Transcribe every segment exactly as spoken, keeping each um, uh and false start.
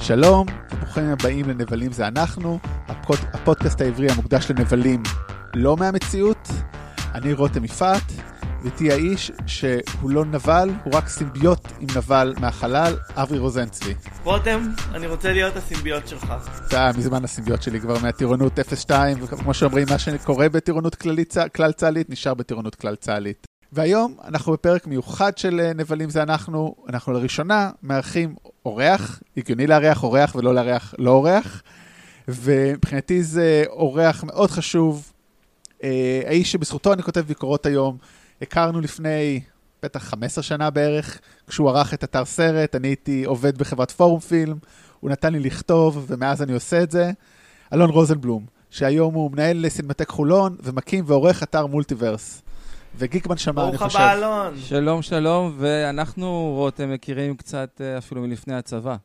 שלום, ברוכים הבאים לנבלים זה אנחנו, הפוד... הפודקאסט העברי המוקדש לנבלים לא מהמציאות. אני רותם יפעת, ואיתי האיש שהוא לא נבל, הוא רק סימביוט עם נבל מהחלל, אברי רוזנצבי. רותם, אני רוצה להיות הסימביוט שלך. זה מזמן הסימביוט שלי כבר מהטירונות אפס שתיים, וכמו שאומרים, מה שקורה בטירונות כלל צהלית, נשאר בטירונות כלל צהלית. והיום אנחנו בפרק מיוחד של נבלים זה אנחנו, אנחנו לראשונה מארחים אורח, הגיוני לארח אורח ולא לארח לא אורח, ומבחינתי זה אורח מאוד חשוב, האיש שבזכותו אני כותב ביקורות היום, הכרנו לפני בטח חמש עשרה שנה בערך, כשהוא ערך את אתר סרט, אני הייתי עובד בחברת פורום פילם, הוא נתן לי לכתוב ומאז אני עושה את זה, אלון רוזנבלום, שהיום הוא מנהל סינמטק חולון ומקים ועורך אתר מולטיברס. וגיקמן שמע, אני חושב. ברוך הבא, אלון. שלום, שלום, ואנחנו, רותם, מכירים קצת אפילו מלפני הצבא.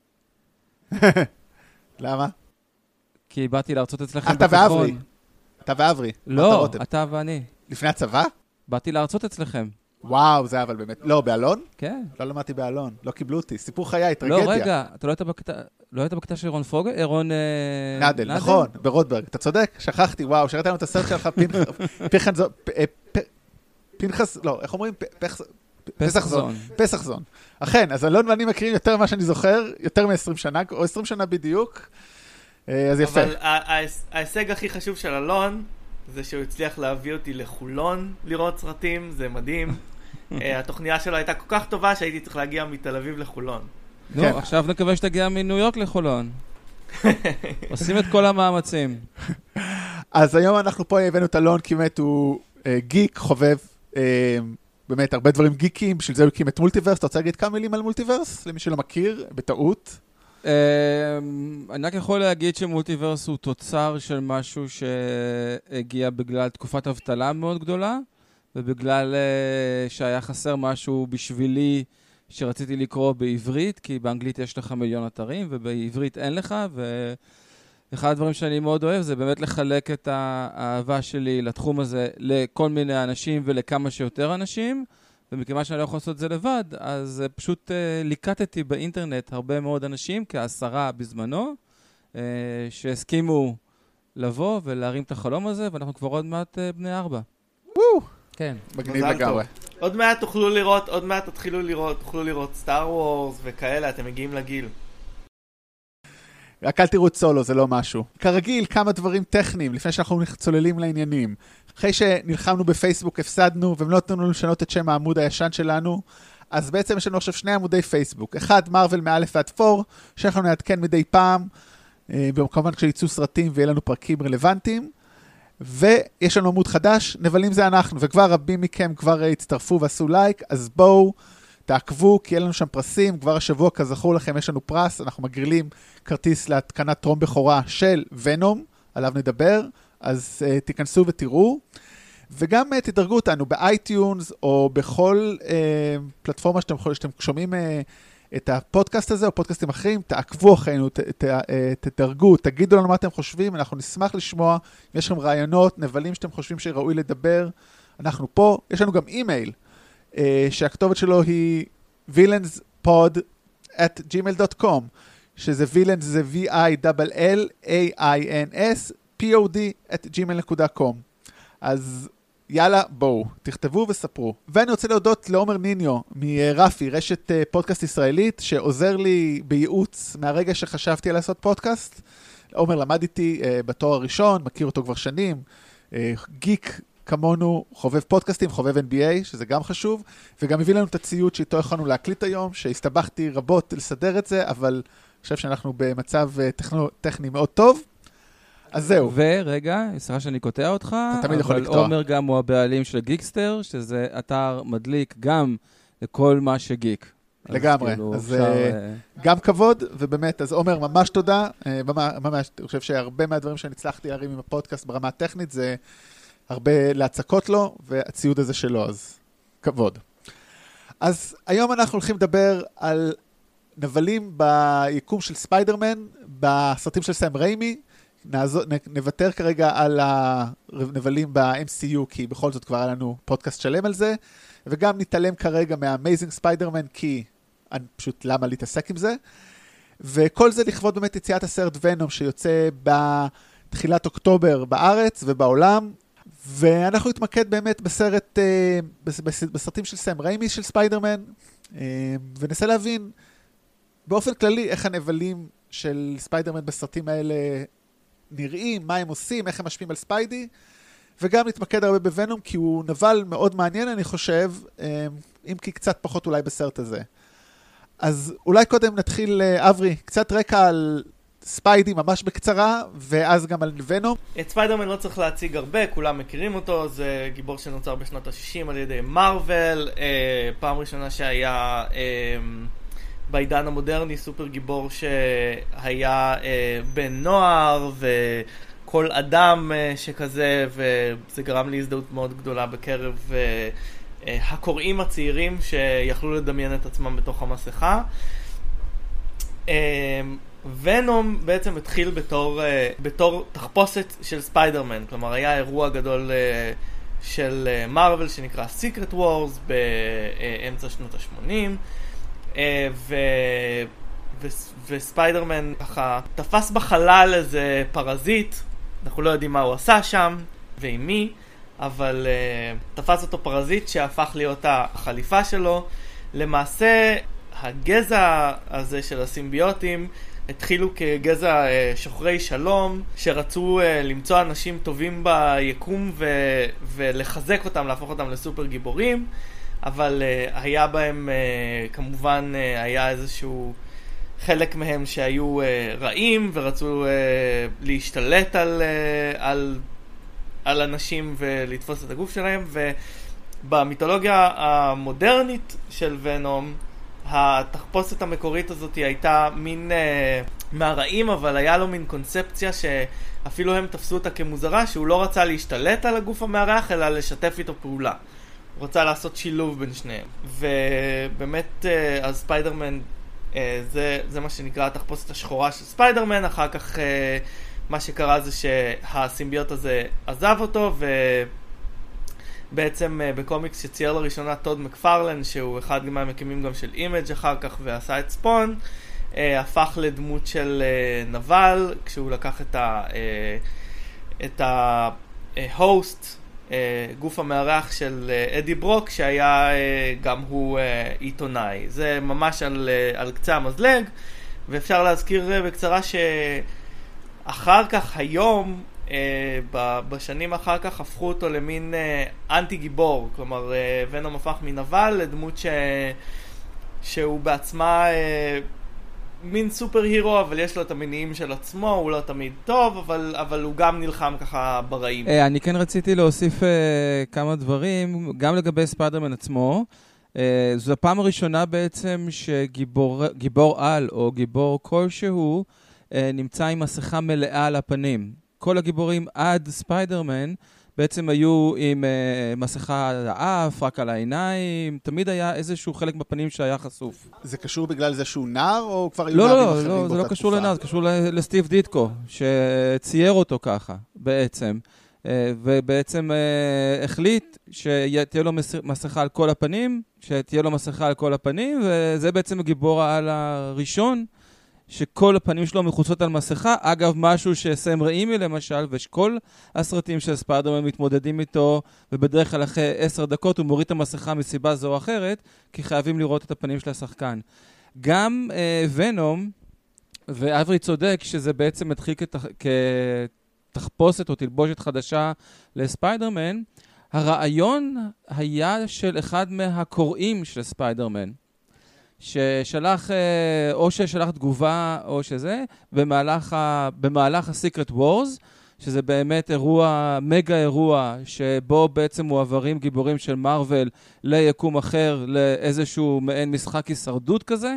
למה? כי באתי להרצות אצלכם אתה ואברי. אתה ואברי. לא, אתה ואני. לפני הצבא? באתי להרצות אצלכם. וואו, זה אבל באמת. לא, באלון? כן. לא למדתי באלון, לא קיבלו אותי. סיפור חיי, טרגדיה. לא, רגע, אתה לא היית בקטע, לא היית בקטע של רון פוגל? רון נדל, נכון, ברודברג. אתה צודק, שכחתי, וואו, שראית לנו את הסרט שלך, פנחס, לא, איך אומרים? פסח זון. פסח זון. אכן, אז אלון ואני מכירים יותר ממה שאני זוכר, יותר מ-עשרים שנה, או עשרים שנה בדיוק, אז יפה. אבל ההישג הכי חשוב של אלון, זה שהוא הצליח להביא אותי לחולון לראות סרטים, זה מדהים. התוכניה שלו הייתה כל כך טובה שהייתי צריך להגיע מתל אביב לחולון. לא, עכשיו נקווה שתגיע מניו יורק לחולון. עושים את כל המאמצים. אז היום אנחנו פה הבאנו את אלון, כי באמת הוא גיק, חובב, באמת הרבה דברים גיקים, בשביל זה הוא הקים את מולטיברס. אתה רוצה להגיד כמה מילים על מולטיברס? למי שלא מכיר, בטעות. אני רק יכול להגיד שמולטיברס הוא תוצר של משהו שהגיע בגלל תקופת אבטלה מאוד גדולה, ובגלל שהיה חסר משהו בשבילי שרציתי לקרוא בעברית, כי באנגלית יש לך מיליון אתרים, ובעברית אין לך, ואחד הדברים שאני מאוד אוהב זה באמת לחלק את האהבה שלי לתחום הזה לכל מיני אנשים ולכמה שיותר אנשים, ומכיוון שאני לא יכול לעשות את זה לבד, אז פשוט uh, ליקטתי באינטרנט הרבה מאוד אנשים, כעשרה בזמנו, uh, שהסכימו לבוא ולהרים את החלום הזה, ואנחנו כבר עוד מעט uh, בני ארבע. וואו! כן. מגניב לגמרי. עוד מעט תוכלו לראות, עוד מעט תתחילו לראות, תוכלו לראות סטאר וורס וכאלה, אתם מגיעים לגיל. רק אל תראו סולו, זה לא משהו. כרגיל, כמה דברים טכניים, לפני שאנחנו צוללים לעניינים. אחרי שנלחמנו בפייסבוק, הפסדנו, והם לא נתנו לנו לשנות את שם העמוד הישן שלנו, אז בעצם יש לנו עכשיו שני עמודי פייסבוק. אחד, מרוול מאלף ועד פור, שאנחנו נעדכן מדי פעם, וכמובן כשיצאו סרטים ויהיה לנו פרקים רלוונטיים, ויש לנו עמוד חדש, נבלים זה אנחנו, וכבר רבים מכם כבר הצטרפו ועשו לייק, אז בואו, תעקבו, כי יהיה לנו שם פרסים, כבר השבוע כזכור לכם יש לנו פרס, אנחנו מגרילים כרטיס להתקנת טרום בכורה של ונום, עליו נדבר, אז uh, תיכנסו ותראו, וגם uh, תדרגו אותנו באייטיונס, או בכל uh, פלטפורמה שאתם, שאתם שומעים uh, את הפודקאסט הזה, או פודקאסטים אחרים, תעקבו אחרינו, ת, ת, uh, תדרגו, תגידו לנו מה אתם חושבים, אנחנו נשמח לשמוע, אם יש לכם רעיונות, נבלים שאתם חושבים שראוי לדבר, אנחנו פה, יש לנו גם אימייל, Uh, שהכתובת שלו היא villainspod at gmail dot com, שזה villains זה v-i-l-l-a-i-n-s p-o-d at gmail dot com. אז יאללה, בואו, תכתבו וספרו. ואני רוצה להודות לעומר ניניו מרפי, רשת uh, פודקאסט ישראלית, שעוזר לי בייעוץ מהרגע שחשבתי על לעשות פודקאסט. עומר למד איתי uh, בתואר הראשון, מכיר אותו כבר שנים, uh, גיק, כמונו, חובב פודקאסטים, חובב אן בי איי, שזה גם חשוב, וגם הביא לנו את הציוד שאיתו יכולנו להקליט היום, שהסתבכתי רבות לסדר את זה, אבל אני חושב שאנחנו במצב טכנו, טכני מאוד טוב. אז זהו. ורגע, סליחה שאני קוטע אותך, אתה תמיד יכול לקטוע. אבל עומר גם הוא הבעלים של גיקסטר, שזה אתר מדליק גם לכל מה שגיק. לגמרי. אז, כאילו אז אפשר... גם כבוד, ובאמת, אז עומר, ממש תודה. ממש, אני חושב שהרבה מהדברים שאני הצלחתי להרים עם הפודקאסט ברמה הטכנית, זה הרבה להצקות לו, והציוד הזה שלו, אז כבוד. אז היום אנחנו הולכים לדבר על נבלים ביקום של ספיידרמן, בסרטים של סם ריימי, נוותר כרגע על הנבלים ב-אם סי יו, כי בכל זאת כבר היה לנו פודקאסט שלם על זה, וגם נתעלם כרגע מה-Amazing Spider-Man, כי אני פשוט למה להתעסק עם זה. וכל זה לכבוד באמת יציאת הסרט ונום, שיוצא בתחילת אוקטובר בארץ ובעולם, ואנחנו נתמקד באמת בסרט, בסרטים של סם ריימי של ספיידרמן, וננסה להבין באופן כללי איך הנבלים של ספיידרמן בסרטים האלה נראים, מה הם עושים, איך הם משפיעים על ספיידי, וגם נתמקד הרבה בוונום, כי הוא נבל מאוד מעניין, אני חושב, אם כי קצת פחות אולי בסרט הזה. אז אולי קודם נתחיל, אברי, קצת רקע על ספיידי ממש בקצרה, ואז גם על ונום. את ספיידרמן לא צריך להציג הרבה, כולם מכירים אותו, זה גיבור שנוצר בשנות ה-שישים על ידי מארוול, פעם ראשונה שהיה בעידן המודרני סופר גיבור שהיה בן נוער וכל אדם שכזה, וזה גרם לי הזדהות מאוד גדולה בקרב הקוראים הצעירים שיכלו לדמיין את עצמם בתוך המסכה. ונום בעצם התחיל בתור, בתור תחפושת של ספיידרמן, כלומר היה אירוע גדול של מארוול שנקרא Secret Wars באמצע שנות ה-שמונים, ו... ו... וספיידרמן ככה תפס בחלל איזה פרזיט, אנחנו לא יודעים מה הוא עשה שם ועם מי, אבל uh, תפס אותו פרזיט שהפך להיות החליפה שלו. למעשה הגזע הזה של הסימביוטים התחילו כגזע uh, שוחרי שלום שרצו uh, למצוא אנשים טובים ביקום ו... ולחזק אותם, להפוך אותם לסופר גיבורים, אבל uh, היה בהם uh, כמובן uh, היה איזשהו חלק מהם שהיו uh, רעים ורצו uh, להשתלט על, uh, על על אנשים ולתפוס את הגוף שלהם. ובמיתולוגיה המודרנית של ונום, התחפושת המקורית הזאת הייתה מין uh, מהרעים, אבל היה לו מין קונספציה שאפילו הם תפסו אותה כמוזרה, שהוא לא רצה להשתלט על הגוף המארח אלא לשתף איתו פעולה, הוא רצה לעשות שילוב בין שניהם. ובאמת uh, אז ספיידרמן uh, זה, זה מה שנקרא התחפושת השחורה של ספיידרמן. אחר כך uh, מה שקרה זה שהסימביוט הזה עזב אותו, ובעצם בקומיקס שצייר לראשונה טוד מקפרלן, שהוא אחד מהמקימים גם של אימג' אחר כך ועשה את ספון, הפך לדמות של נבל, כשהוא לקח את ה את ההוסט, גוף המארח של אדי ברוק, שהיה גם הוא עיתונאי. זה ממש על, על קצה המזלג, ואפשר להזכיר בקצרה ש אחר כך, היום, אה, בשנים אחר כך, הפכו אותו למין אה, אנטי גיבור. כלומר, אה, ונום הפך מנבל לדמות ש... שהוא בעצמה אה, מין סופר הירו, אבל יש לו את המניעים של עצמו, הוא לא תמיד טוב, אבל, אבל הוא גם נלחם ככה ברעים. אה, אני כן רציתי להוסיף אה, כמה דברים, גם לגבי ספיידרמן עצמו. אה, זו הפעם הראשונה בעצם שגיבור גיבור על או גיבור כלשהו, נמצא עם מסכה מלאה על הפנים. כל הגיבורים עד ספיידרמן בעצם היו עם uh, מסכה על האף, רק על העיניים, תמיד היה איזשהו חלק בפנים שהיה חשוף. זה קשור בגלל זה שהוא נער, או כבר היו לא, נערים לא, אחרים לא, באותה תקופה? זה לא קשור לנער, זה קשור לסטיב דיטקו, שצייר אותו ככה, בעצם. Uh, ובעצם uh, החליט שתהיה לו מסכה על כל הפנים, שתהיה לו מסכה על כל הפנים, וזה בעצם הגיבור העל הראשון, שכל הפנים שלו מחוצות על מסכה. אגב, משהו שסם רעימי למשל, ושכל הסרטים של ספיידרמן מתמודדים איתו, ובדרך כלל אחרי עשר דקות הוא מוריד את המסכה מסיבה זו או אחרת, כי חייבים לראות את הפנים של השחקן. גם אה, ונום, ואברי צודק שזה בעצם התחיל כתח... כתחפושת או תלבושת חדשה לספיידרמן, הרעיון היה של אחד מהקוראים של ספיידרמן. ששלח, או ששלח תגובה, או שזה, במהלך, ה, במהלך ה-Secret Wars, שזה באמת אירוע, מגה אירוע, שבו בעצם מועברים גיבורים של מארוול ליקום אחר, לאיזשהו מעין משחק הישרדות כזה,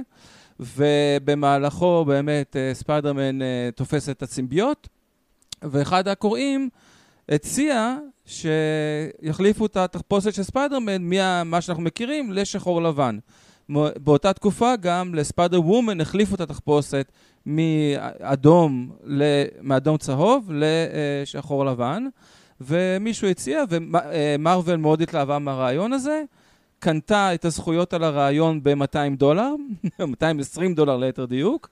ובמהלכו באמת ספיידרמן תופס את הסימביוט, ואחד הקוראים הציע שיחליפו את התחפושת של ספיידרמן, ממה שאנחנו מכירים, לשחור לבן. באותה תקופה גם לספיידר וומן החליפו את התחפושת מאדום, מאדום צהוב לשחור לבן, ומישהו הציע, ומרוול מאוד התלהבה מהרעיון הזה, קנתה את הזכויות על הרעיון ב-מאתיים דולר, מאתיים ועשרים דולר ליתר דיוק,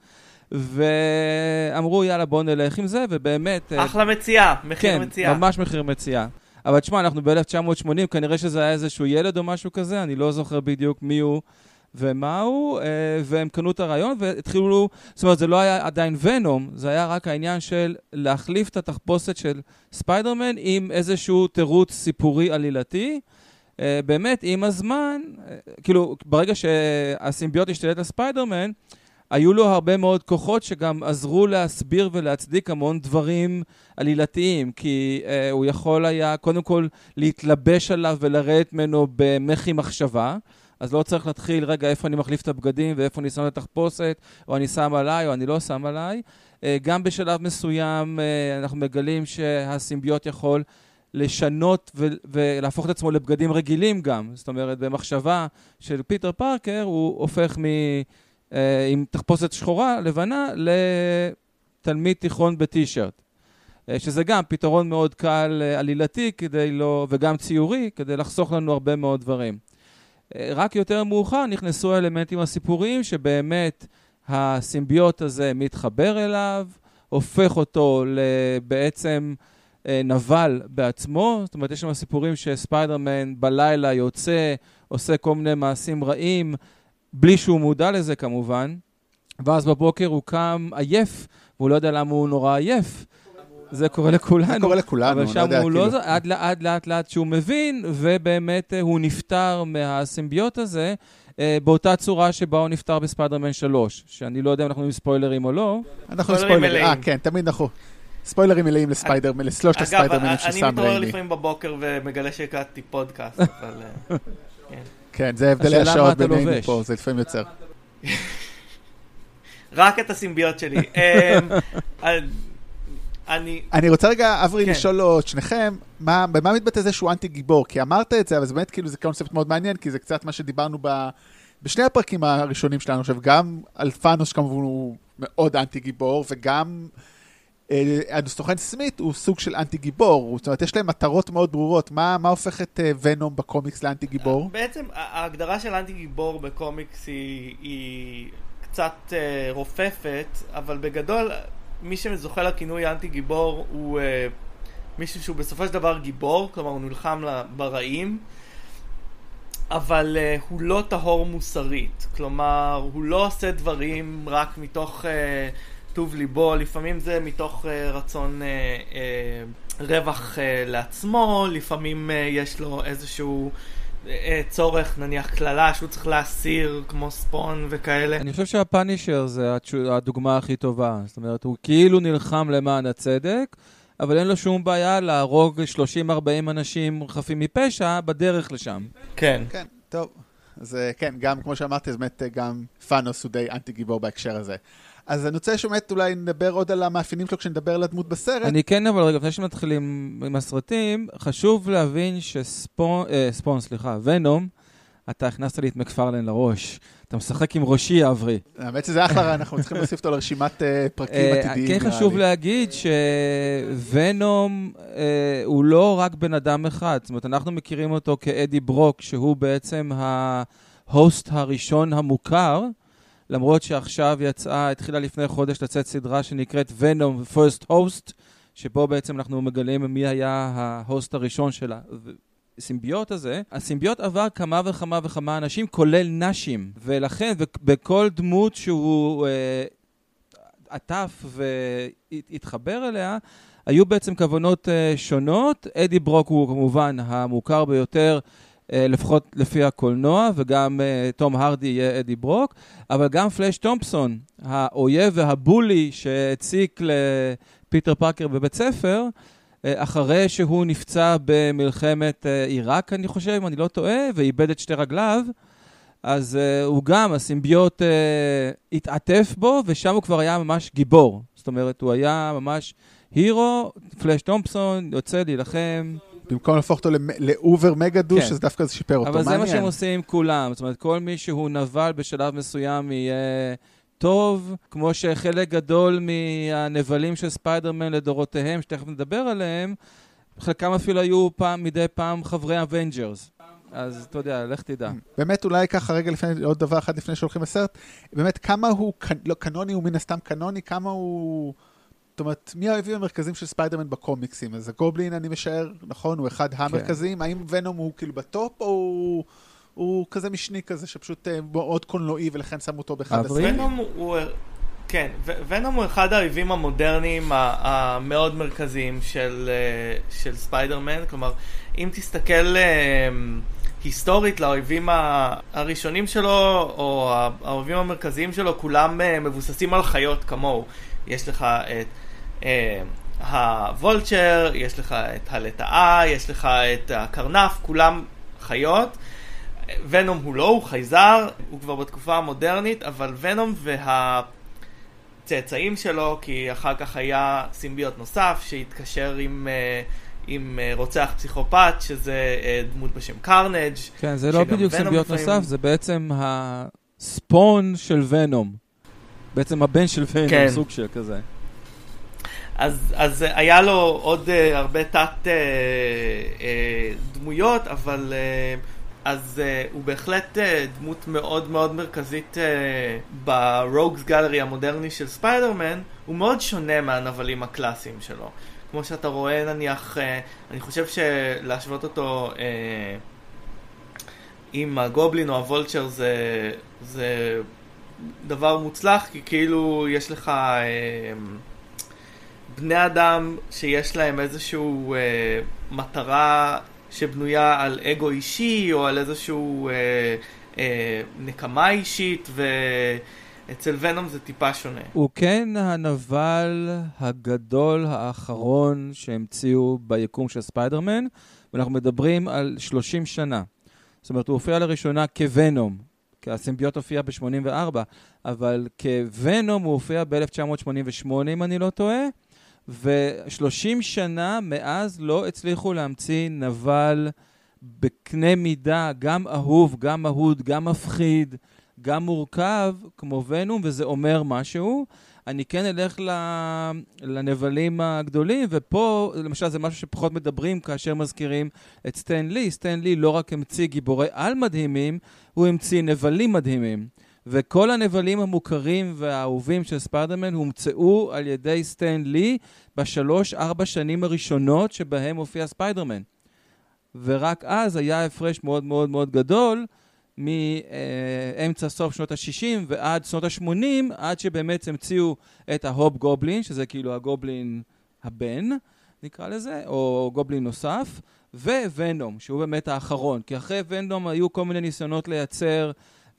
ואמרו, יאללה, בואו נלך עם זה, ובאמת... אחלה מציאה, מחיר כן, מציאה. כן, ממש מחיר מציאה. אבל תשמע, אנחנו ב-אלף תשע מאות שמונים, כנראה שזה היה איזשהו ילד או משהו כזה, אני לא זוכר בדיוק מי הוא ומה הוא, והם קנו את הרעיון והתחילו, זאת אומרת, זה לא היה עדיין ונום, זה היה רק העניין של להחליף את התחפושת של ספיידרמן עם איזשהו תירוץ סיפורי עלילתי. באמת, עם הזמן, כאילו, ברגע שהסימביוט השתלט לספיידרמן, היו לו הרבה מאוד כוחות שגם עזרו להסביר ולהצדיק המון דברים עלילתיים, כי אה, הוא יכול היה קודם כל להתלבש עליו ולרדת ממנו במחי מחשבה, אז לא צריך להתחיל, רגע, איפה אני מחליף את הבגדים ואיפה אני שם את התחפושת, או אני שם עליי או אני לא שם עליי. אה, גם בשלב מסוים אה, אנחנו מגלים שהסימביוט יכול לשנות ו- ולהפוך את עצמו לבגדים רגילים גם. זאת אומרת, במחשבה של פיטר פארקר הוא הופך מ... עם תחפושת שחורה, לבנה, לתלמיד תיכון בטי-שירט. שזה גם פתרון מאוד קל עלילתי, כדי לא, וגם ציורי, כדי לחסוך לנו הרבה מאוד דברים. רק יותר מאוחר נכנסו האלמנטים הסיפוריים, שבאמת הסימביוט הזה מתחבר אליו, הופך אותו בעצם נבל בעצמו. זאת אומרת, יש שם סיפורים שספיידרמן בלילה יוצא, עושה כל מיני מעשים רעים, בלי שהוא מודע לזה כמובן, ואז בבוקר הוא קם עייף, והוא לא יודע למה הוא נורא עייף. זה קורה לכולנו. זה קורה לכולנו, אבל שם הוא לא... עד לאט לאט לאט שהוא מבין, ובאמת הוא נפטר מהסימביוט הזה, באותה צורה שבה הוא נפטר בספיידרמן שלוש, שאני לא יודע אם אנחנו עם ספוילרים או לא. אנחנו עם ספוילרים, אה כן, תמיד אנחנו. ספוילרים מלאים לספיידרמן, לשלושת הספיידרמנים של סאם ריימי. אגב, אני מתעורר לפעמים בבוקר ומגלה שהקלטתי פודקאסט, אבל... כן. כן, זה הבדלי השעות בינינו פה, זה לפעמים יוצר. רק את הסימביוט שלי. אני רוצה רגע, אברי, לשאול לו את שניכם, במה מתבטא זה שהוא אנטי גיבור? כי אמרת את זה, אבל זה באמת כאילו זה קונספט מאוד מעניין, כי זה קצת מה שדיברנו בשני הפרקים הראשונים שלנו, גם על פאנוס כמובן הוא מאוד אנטי גיבור, וגם הסוכן סמית הוא סוג של אנטי גיבור, זאת אומרת, יש להם מטרות מאוד ברורות. מה, מה הופך את ונום בקומיקס לאנטי גיבור? בעצם, ההגדרה של אנטי גיבור בקומיקס היא, היא קצת uh, רופפת, אבל בגדול, מי שזוכה לכינוי אנטי גיבור הוא uh, מישהו שהוא בסופו של דבר גיבור, כלומר הוא נלחם ברעים, אבל uh, הוא לא טהור מוסרית, כלומר, הוא לא עושה דברים רק מתוך... Uh, טוב ליבו, לפעמים זה מתוך uh, רצון uh, uh, רווח uh, לעצמו, לפעמים uh, יש לו איזשהו uh, צורך, נניח כללה שהוא צריך להסיר כמו ספון וכאלה. אני חושב שהפאנישר זה הדוגמה הכי טובה, זאת אומרת הוא כאילו נלחם למען הצדק, אבל אין לו שום בעיה להרוג שלושים ארבעים אנשים חפים מפשע בדרך לשם. כן. כן, טוב. אז כן, גם כמו שאמרתי, אז באמת גם פאנוס הוא די אנטי גיבור בהקשר הזה. אז אני רוצה שבאמת אולי נדבר עוד על המאפיינים שלו כשנדבר על הדמות בסרט. אני כן, אבל רגע, לפני שמתחילים עם הסרטים, חשוב להבין שספון, אה, ספון, סליחה, ונום, אתה הכנסת לי את מקפרלן לראש. אתה משחק עם ראשי, אברי. האמת שזה אחלה, אנחנו צריכים להוסיף אותו לרשימת פרקים עתידיים. כן חשוב להגיד שוונום הוא לא רק בן אדם אחד. זאת אומרת, אנחנו מכירים אותו כאדי ברוק, שהוא בעצם ההוסט הראשון המוכר, למרות שעכשיו יצאה, התחילה לפני חודש לצאת סדרה שנקראת ונום First Host, שבו בעצם אנחנו מגלים מי היה ההוסט הראשון שלה. הסימביוט הזה, הסימביוט עבר כמה וכמה וכמה אנשים, כולל נשים, ולכן בכל דמות שהוא אה, עטף והתחבר אליה, היו בעצם כוונות אה, שונות. אדי ברוק הוא כמובן המוכר ביותר, אה, לפחות לפי הקולנוע, וגם אה, תום הרדי יהיה אדי ברוק, אבל גם פלאש תומפסון, האויב והבולי שהציק לפיטר פארקר בבית ספר, אחרי שהוא נפצע במלחמת עיראק, אני חושב, אם אני לא טועה, ואיבד את שתי רגליו, אז uh, הוא גם, הסימביוט uh, התעטף בו, ושם הוא כבר היה ממש גיבור. זאת אומרת, הוא היה ממש הירו, פלאש תומפסון, יוצא להילחם. במקום להפוך אותו לאובר מגדוש, כן. אז דווקא זה שיפר אותו. אבל זה מה שהם עושים כולם. זאת אומרת, כל מי שהוא נבל בשלב מסוים יהיה טוב, כמו שחלק גדול מהנבלים של ספיידרמן לדורותיהם, שתכף נדבר עליהם, חלקם אפילו היו פעם, מדי פעם חברי אבנג'רס. אז אתה יודע, לך תדע. באמת אולי ככה רגע לפני, עוד דבר אחד לפני שהולכים לסרט, באמת כמה הוא, לא, קנוני הוא מן הסתם קנוני, כמה הוא, זאת אומרת, מי האויבים המרכזיים של ספיידרמן בקומיקסים? אז הגובלין אני משער, נכון, הוא אחד המרכזיים, האם ונום הוא כאילו בטופ, או הוא, הוא כזה משני כזה, שפשוט מאוד קולנועי, ולכן שמו אותו באחד הסרטים? ונום הוא, כן, ונום הוא אחד האויבים המודרניים המאוד מרכזיים של, של ספיידרמן, כלומר, אם תסתכל היסטורית לאויבים הראשונים שלו, או האויבים המרכזיים שלו, כולם מבוססים על חיות כמוהו. יש לך את הוולצ'ר, יש לך את הלטאה, יש לך את הקרנף, כולם חיות. ונום הוא לא, הוא חייזר, הוא כבר בתקופה המודרנית, אבל ונום והצאצאים שלו, כי אחר כך היה סימביוט נוסף שהתקשר עם, עם רוצח פסיכופת, שזה דמות בשם קרנג'. כן, זה לא בדיוק סימביוט לפעמים... נוסף, זה בעצם הספון של ונום. בעצם הבן של ונום, כן. סוג של כזה. אז, אז היה לו עוד uh, הרבה תת uh, uh, דמויות, אבל uh, אז uh, הוא בהחלט uh, דמות מאוד מאוד מרכזית uh, ברוגס גלרי המודרני של ספיידרמן. הוא מאוד שונה מהנבלים הקלאסיים שלו. כמו שאתה רואה, נניח, uh, אני חושב שלהשוות אותו uh, עם הגובלין או הוולצ'ר זה, זה דבר מוצלח, כי כאילו יש לך... Uh, בני אדם שיש להם איזשהו אה, מטרה שבנויה על אגו אישי או על איזשהו אה, אה, נקמה אישית, ואצל ונום זה טיפה שונה. הוא כן הנבל הגדול האחרון שהמציאו ביקום של ספיידרמן, ואנחנו מדברים על שלושים שנה. זאת אומרת, הוא הופיע לראשונה כוונום, כי הסימביוט הופיע ב-שמונים וארבע, אבל כוונום הוא הופיע ב-אלף תשע מאות שמונים ושמונה, אם אני לא טועה, ו-שלושים שנה מאז לא הצליחו להמציא נבל בקנה מידה, גם אהוב, גם אהוד, גם מפחיד, גם מורכב, כמו ונום, וזה אומר משהו. אני כן אלך לנבלים הגדולים, ופה, למשל, זה משהו שפחות מדברים כאשר מזכירים את סטן לי. סטן לי לא רק המציא גיבורי על מדהימים, הוא המציא נבלים מדהימים. וכל הנבלים המוכרים והאהובים של ספיידרמן הומצאו על ידי סטן לי בשלוש, ארבע שנים הראשונות שבהם הופיע ספיידרמן. ורק אז היה הפרש מאוד מאוד מאוד גדול, מאמצע סוף שנות ה-שישים ועד שנות ה-שמונים, עד שבאמת המציאו את ההוב גובלין, שזה כאילו הגובלין הבן, נקרא לזה, או גובלין נוסף, וונום, שהוא באמת האחרון. כי אחרי ונום היו כל מיני ניסיונות לייצר...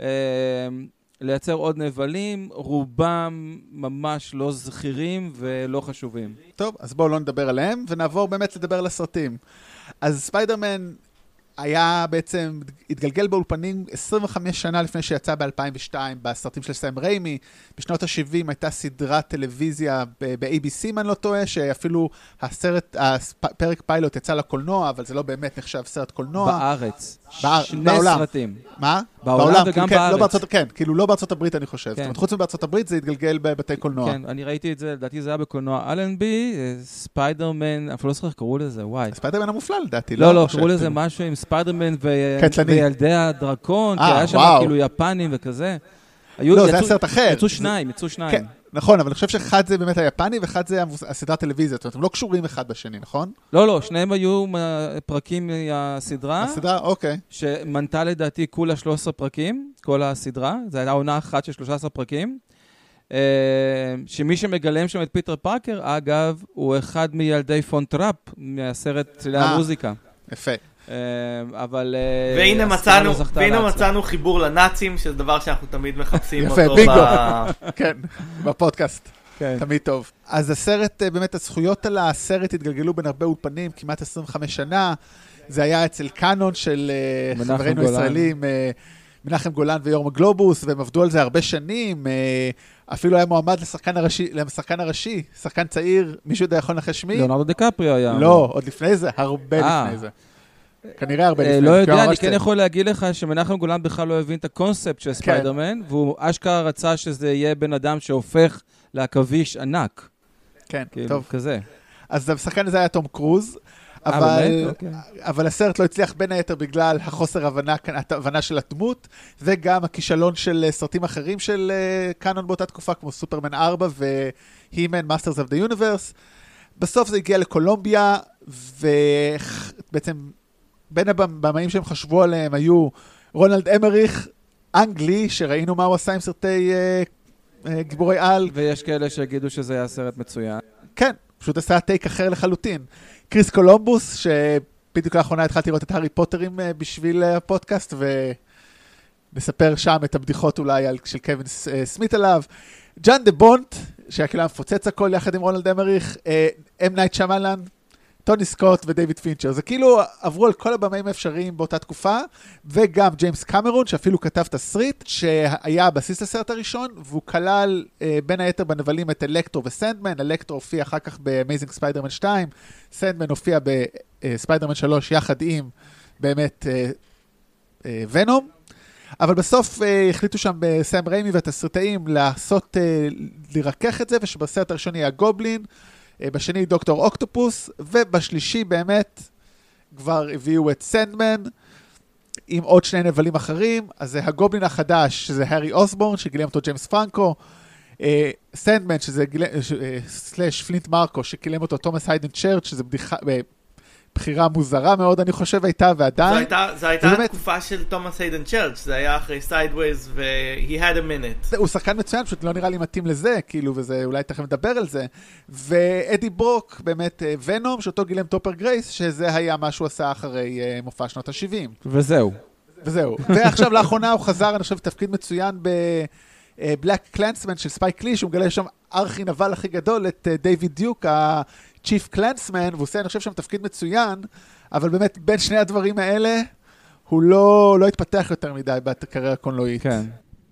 לייצר עוד נבלים, רובם ממש לא זכירים ולא חשובים. טוב, אז בואו לא נדבר עליהם, ונעבור באמת לדבר על הסרטים. אז ספיידרמן היה בעצם, התגלגל באולפנים עשרים וחמש שנה לפני שיצא ב-אלפיים ושתיים, בסרטים של סם ריימי. בשנות ה-שבעים הייתה סדרת טלוויזיה ב-איי בי סי, אם אני לא טועה, שאפילו הסרט, הפרק פיילוט יצא לקולנוע, אבל זה לא באמת נחשב סרט קולנוע. בארץ. בא... שני בעולם. סרטים. מה? בעולם, בעולם וגם כן, בארץ. לא בארצות, כן, כאילו לא בארצות הברית אני חושב. כן. זאת אומרת, חוץ מבארצות הברית זה התגלגל בבתי קולנוע. כן, אני ראיתי את זה, לדעתי זה היה בקולנוע אלנבי, ספיידרמן, אפילו לא זוכר איך קראו לזה, וואי. ספיידרמן המופלל, לדעתי. לא, לא, קראו לזה משהו עם ספיידרמן וילדי הדרקון, כי היה שם כאילו יפנים וכזה. לא, זה היה סרט אחר. יצאו שניים, יצאו שניים. כן, נכון, אבל אני חושב שאחד זה באמת היפני, ואחד זה הסדרת טלוויזיה. זאת אומרת, הם לא קשורים אחד בשני, נכון? לא, לא, שניהם היו פרקים מהסדרה. הסדרה, אוקיי. שמנתה לדעתי כולה שלושה עשר פרקים, כל הסדרה. זו הייתה עונה אחת של שלושה עשר פרקים. שמי שמגלם שם את פיטר פארקר, אגב, הוא אחד מילדי פון טראפ, מהסרט צלילי המוזיקה. יפה. אבל... והנה מצאנו, והנה מצאנו חיבור לנאצים, שזה דבר שאנחנו תמיד מחפשים אותו. יפה, בינגו. כן, בפודקאסט. תמיד טוב. אז הסרט, באמת הזכויות על הסרט התגלגלו בין הרבה אולפנים, כמעט עשרים וחמש שנה. זה היה אצל קאנון של חברינו ישראלים, מנחם גולן ויורם גלובוס, והם עבדו על זה הרבה שנים. אפילו היה מועמד לשחקן הראשי, לשחקן הראשי, שחקן צעיר, מישהו יודע יכול לנחש מי? ליאונרדו דיקפריו היה. לא, עוד לפני זה, הרבה לפני זה. כנראה הרבה לפני. לא יודע, אני כן יכול להגיד לך שמנחם גולן בכלל לא הבין את הקונספט של ספיידרמן, והוא אשכרה רצה שזה יהיה בן אדם שהופך לעכביש ענק. כן, טוב. כזה. אז השחקן הזה היה תום קרוז. אבל, אבל הסרט לא הצליח בין היתר בגלל החוסר הבנה, הבנה של הדמות, וגם הכישלון של סרטים אחרים של קאנון באותה תקופה, כמו סופרמן ארבע והימן מאסטרס אוף דה יוניברס. בסוף זה הגיע לקולומביה, ובעצם בין הבמאים שהם חשבו עליהם היו רונלד אמריך, אנגלי, שראינו מה הוא עשה עם סרטי uh, uh, גיבורי על. ויש כאלה שיגידו שזה היה סרט מצוין. כן, פשוט עשה טייק אחר לחלוטין. קריס קולומבוס, שבדיוק לאחרונה התחלתי לראות את הארי פוטרים uh, בשביל הפודקאסט, ונספר שם את הבדיחות אולי על, של קווין uh, סמית עליו. ג'אן דה בונט, שהיה כאילו מפוצץ הכל יחד עם רונלד אמריך, uh, אם נייט שמלן, טוני סקוט ודייוויד פינצ'ר. זה כאילו עברו על כל הבמאים האפשריים באותה תקופה, וגם ג'יימס קמרון, שאפילו כתב תסריט, שהיה הבסיס לסרט הראשון, והוא כלל אה, בין היתר בנבלים את אלקטרו וסנדמן. אלקטרו הופיע אחר כך באמייזינג ספיידרמן שתיים, סנדמן הופיע בספיידרמן שלוש יחד עם באמת אה, אה, ונום. אבל בסוף אה, החליטו שם בסם ריימי והתסריטאים לעשות, אה, לרכך את זה, ושבסרט הראשון יהיה הגובלין, בשני דוקטור אוקטופוס, ובשלישי באמת כבר הביאו את סנדמן, עם עוד שני נבלים אחרים. אז זה הגובלין החדש, שזה הארי אוסבורן, שגילם אותו ג'יימס פרנקו, סנדמן, שזה סלש פלינט מרקו, שגילם אותו תומאס היידן צ'רץ', שזה בדיחה, בחירה מוזרה מאוד, אני חושב, הייתה ועדיין. זו הייתה, זו הייתה התקופה של תומאס היידן צ'רץ', זה היה אחרי סיידווייז, ו-he had a minute. הוא שחקן מצוין, פשוט לא נראה לי מתאים לזה, כאילו, וזה, אולי תכף נדבר על זה. ואדי ברוק, באמת, ונום, שאותו גילם טופר גרייס, שזה היה מה שהוא עשה אחרי מופע שנות ה-שבעים. וזהו. וזהו. ועכשיו, לאחרונה, הוא חזר, אני חושב, תפקיד מצוין בבלק קלנסמן של ספייק לי, שהוא מגלה שם ארכי נבל הכי גדול, את דיוויד דיוק, צ'יף קלנסמן, והוא עושה, אני חושב, שם תפקיד מצוין, אבל באמת, בין שני הדברים האלה, הוא לא, לא התפתח יותר מדי בקריירה הקולנועית. כן.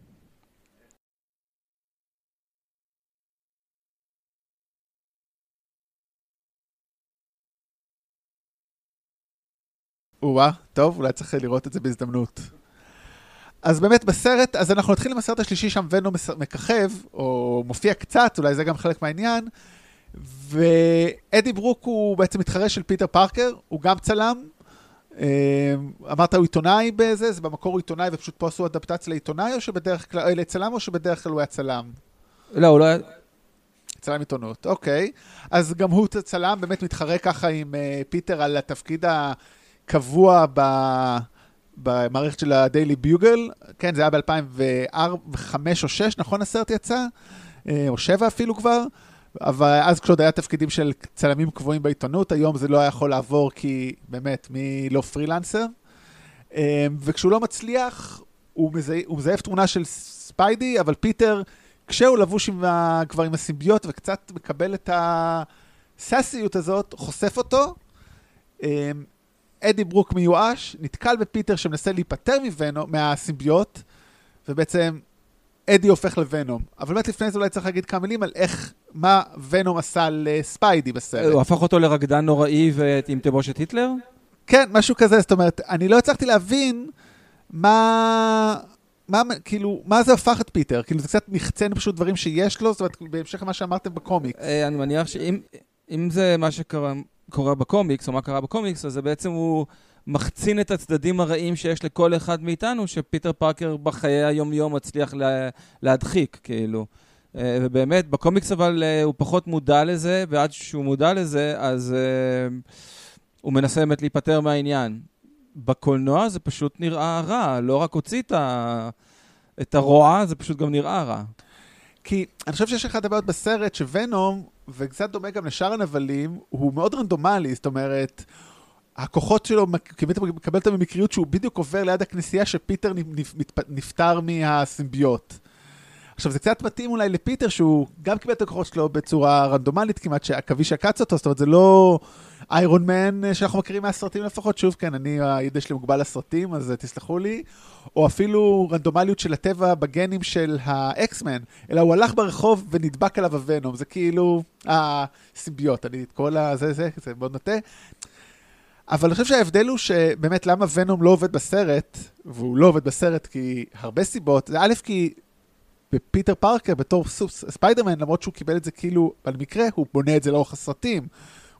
וואה, טוב, אולי צריך לראות את זה בהזדמנות. אז באמת בסרט, אז אנחנו נתחיל עם הסרט השלישי, שם ונום מככב, או מופיע קצת, אולי זה גם חלק מהעניין, ואדי ברוק הוא בעצם מתחרה של פיטר פארקר, הוא גם צלם, אמרת הוא עיתונאי בזה, זה במקור הוא עיתונאי ופשוט פה עשו אדפטציה לעיתונאי או שבדרך כלל, לצלם או שבדרך כלל הוא היה צלם? לא, הוא לא היה... צלם עיתונות, אוקיי. אז גם הוא צלם, באמת מתחרה ככה עם פיטר על התפקיד הקבוע ב... במערכת של הדיילי ביוגל, כן, זה היה ב-אלפיים וחמש או שש, נכון הסרט יצא? או שבע אפילו כבר, אבל אז כשעוד היה תפקידים של צלמים קבועים בעיתונות, היום זה לא היה יכול לעבור כי באמת, מי לא פרילנסר. וכשהוא לא מצליח, הוא מזייף, הוא מזייף תמונה של ספיידי, אבל פיטר, כשהוא לבוש עם ה, כבר עם הסימביות וקצת מקבל את הססיות הזאת, חושף אותו. אדי ברוק מיואש, נתקל בפיטר שמנסה להיפטר מוונום, מהסימביות, ובעצם אדי הופך לוונום. אבל באמת לפני זה אולי צריך להגיד כמה מילים על איך, מה ונום עשה לספיידי בסרט. הוא הפך אותו לרקדן נוראי ועם תבושת היטלר? כן, משהו כזה, זאת אומרת, אני לא הצלחתי להבין מה, מה, כאילו, מה זה הפך את פיטר? כאילו זה קצת מחצן פשוט דברים שיש לו, זאת אומרת, בהמשך למה שאמרתם בקומיקס. אני מניח שאם אם זה מה שקרה... קורה בקומיקס, או מה קרה בקומיקס, אז זה בעצם הוא מחצין את הצדדים הרעים שיש לכל אחד מאיתנו, שפיטר פארקר בחיי היום-יום מצליח לה, להדחיק, כאילו. ובאמת, בקומיקס אבל הוא פחות מודע לזה, ועד שהוא מודע לזה, אז uh, הוא מנסה באמת להיפטר מהעניין. בקולנוע זה פשוט נראה רע, לא רק הוציא את, ה... את הרוע, זה פשוט גם נראה רע. כי אני חושב שיש אחד הבעיות בסרט שוונום, וקצת דומה גם לשאר הנבלים, הוא מאוד רנדומלי, זאת אומרת, הכוחות שלו מקבל אותם במקריות שהוא בדיוק עובר ליד הכנסייה שפיטר נפטר מהסימביות. עכשיו, זה קצת מתאים אולי לפיטר שהוא גם קיבל את הכוחות שלו בצורה רנדומלית כמעט, שהכביש עקץ אותו, זאת אומרת, זה לא איירון מן שאנחנו מכירים מהסרטים לפחות, שוב, כן, אני, הידע שלי מוגבל לסרטים, אז תסלחו לי, או אפילו רנדומליות של הטבע בגנים של האקסמן, אלא הוא הלך ברחוב ונדבק עליו הוונום, זה כאילו הסימביות, אני את כל הזה, זה, זה מאוד נוטה. אבל אני חושב שההבדל הוא שבאמת למה ונום לא עובד בסרט, והוא לא עובד בסרט כי הרבה סיבות, זה א' כי בפיטר פארקר בתור ספיידרמן, למרות שהוא קיבל את זה כאילו, על מקרה, הוא בונה את זה לאורך הסרטים.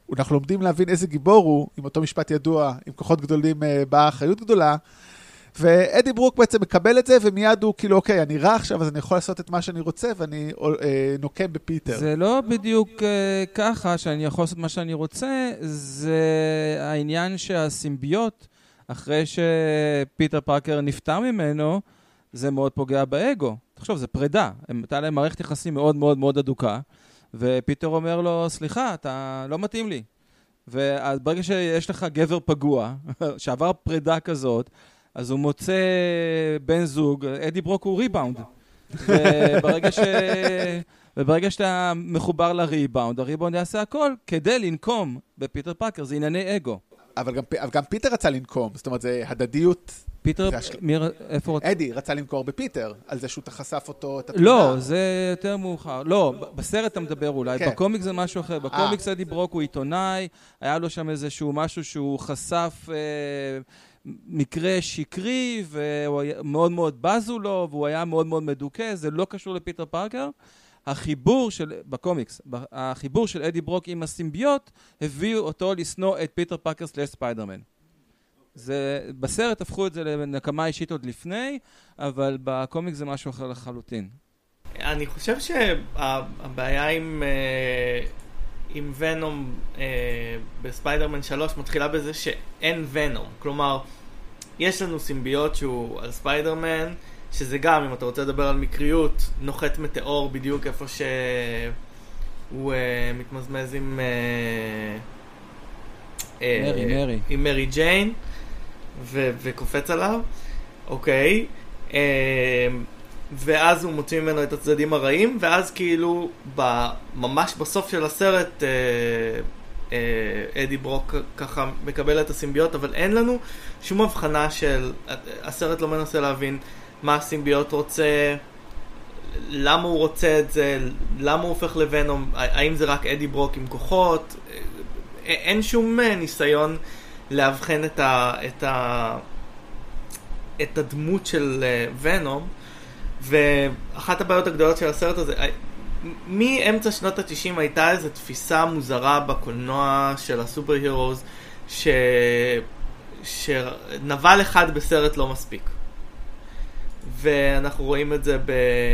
אנחנו לומדים להבין איזה גיבור הוא, עם אותו משפט ידוע, עם כוחות גדולים באה אחריות גדולה, ואדי ברוק בעצם מקבל את זה, ומיד הוא כאילו, אוקיי, אני רע עכשיו, אז אני יכול לעשות את מה שאני רוצה, ואני אה, נוקם בפיטר. זה לא בדיוק אה, ככה שאני יכול לעשות מה שאני רוצה, זה העניין שהסימביוט, אחרי שפיטר פארקר נפטר ממנו, זה מאוד פוגע באגו. תחשוב, זה פרידה. הייתה להם מערכת יחסים מאוד מאוד מאוד אדוקה, ופיטר אומר לו, סליחה, אתה לא מתאים לי. ואז ברגע שיש לך גבר פגוע, שעבר פרידה כזאת, אז הוא מוצא בן זוג, אדי ברוק הוא ריבאונד. וברגע, ש... וברגע שאתה מחובר לריבאונד, הריבאונד יעשה הכל כדי לנקום בפיטר פארקר, זה ענייני אגו. אבל גם, אבל גם פיטר רצה לנקום, זאת אומרת, זה הדדיות. פיטר, מיר, איפה רוצה? אדי רצה למכור בפיטר, על זה שהוא חשף אותו את התמונה. לא, זה יותר מאוחר. לא, בסרט אתה מדבר אולי, כן. בקומיק זה משהו אחר. בקומיקס אדי ברוק הוא עיתונאי, היה לו שם איזשהו משהו שהוא חשף... אה, מקרה שקרי, והוא מאוד מאוד בזו לו, והוא היה מאוד מאוד מדוכא, זה לא קשור לפיטר פארקר. החיבור של, בקומיקס, החיבור של אדי ברוק עם הסימביוט, הביאו אותו לסנוע את פיטר פארקר סלש ספיידרמן. זה, בסרט הפכו את זה לנקמה אישית עוד לפני, אבל בקומיקס זה משהו אחר לחלוטין. אני חושב שהבעיה עם... עם ונום אה, בספיידרמן שלוש מתחילה בזה שאין ונום. כלומר, יש לנו סימביוט שהוא על ספיידרמן, שזה גם, אם אתה רוצה לדבר על מקריות, נוחת מטאור בדיוק איפה שהוא אה, מתמזמז עם... אה, מרי, אה, מרי. עם מרי ג'יין, ו- וקופץ עליו. אוקיי. אה, ואז הוא מוציא ממנו את הצדדים הרעים, ואז כאילו ממש בסוף של הסרט אה, אה, אדי ברוק ככה מקבל את הסימביוט, אבל אין לנו שום הבחנה של, הסרט לא מנסה להבין מה הסימביוט רוצה, למה הוא רוצה את זה, למה הוא הופך לוונום, האם זה רק אדי ברוק עם כוחות, אין שום ניסיון להבחן את, ה, את, ה, את הדמות של ונום. ואחת הבעיות הגדולות של הסרט הזה, מאמצע שנות ה-תשעים הייתה איזו תפיסה מוזרה בקולנוע של הסופר הירוז, ש... שנבל אחד בסרט לא מספיק. ואנחנו רואים את זה ב...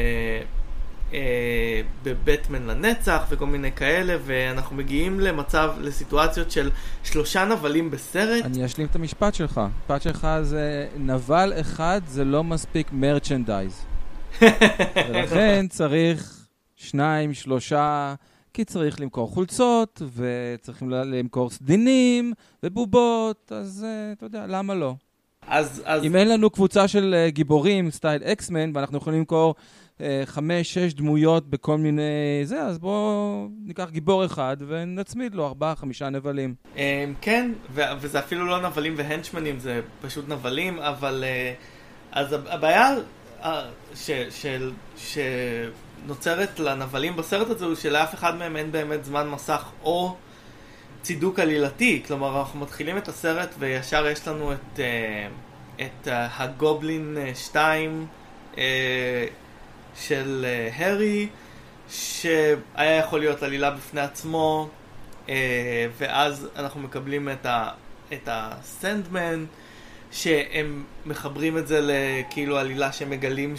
בבטמן לנצח וכל מיני כאלה, ואנחנו מגיעים למצב, לסיטואציות של שלושה נבלים בסרט. אני אשלים את המשפט שלך. המשפט שלך זה נבל אחד זה לא מספיק מרצ'נדייז. ולכן צריך שניים, שלושה, כי צריך למכור חולצות, וצריכים למכור סדינים ובובות, אז אתה יודע, למה לא? אז, אז... אם אין לנו קבוצה של גיבורים, סטייל אקסמן, ואנחנו יכולים למכור חמש, שש דמויות בכל מיני זה, אז בואו ניקח גיבור אחד ונצמיד לו ארבעה, חמישה נבלים. כן, וזה אפילו לא נבלים והנצ'מנים, זה פשוט נבלים, אבל אז הבעיה ש, של, שנוצרת לנבלים בסרט הזה הוא שלאף אחד מהם אין באמת זמן מסך או צידוק עלילתי. כלומר, אנחנו מתחילים את הסרט וישר יש לנו את, את הגובלין שתיים של הרי, שהיה יכול להיות עלילה בפני עצמו, ואז אנחנו מקבלים את, ה, את הסנדמן, שהם מחברים את זה לכאילו עלילה שמגלים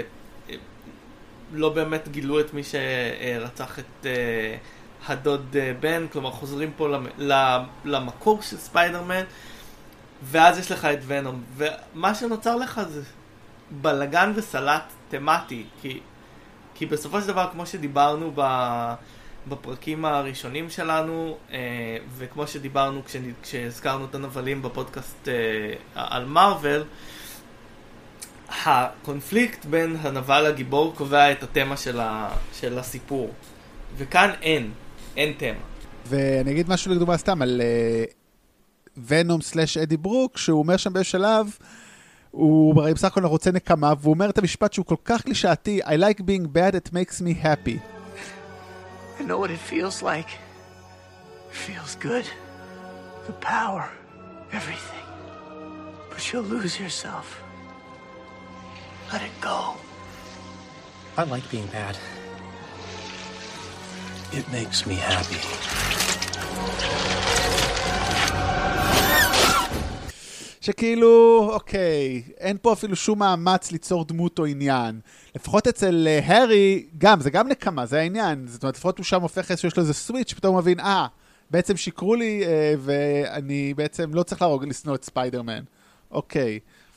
שלא באמת גילו את מי שרצח את הדוד בן, כלומר חוזרים פה למקור של ספיידרמן, ואז יש לך את ונום, ומה שנוצר לך זה בלגן וסלט תמטי, כי, כי בסופו של דבר, כמו שדיברנו ב, בפרקים הראשונים שלנו, אה, וכמו שדיברנו כש, כשהזכרנו את הנבלים בפודקאסט אה, על מארוול, הקונפליקט בין הנבל לגיבור קובע את התמה של, ה, של הסיפור. וכאן אין, אין תמה. ואני אגיד משהו לדוגמה סתם על ונום סלש אדי ברוק, שהוא אומר שם בשלב, הוא בסך הכל רוצה נקמה, והוא אומר את המשפט שהוא כל כך קלישאתי, I like being bad, it makes me happy. I know what it feels like. It feels good. The power. Everything. But you'll lose yourself. Let it go. I like being bad. It makes me happy. שכאילו, אוקיי, אין פה אפילו שום מאמץ ליצור דמות או עניין. לפחות אצל הרי, גם, זה גם נקמה, זה העניין. זאת אומרת, לפחות הוא שם הופך שיש לו איזה סוויץ', פתאום הוא מבין, אה, בעצם שיקרו לי, אה, ואני בעצם לא צריך להרוג לשנוא את ספיידרמן. אוקיי.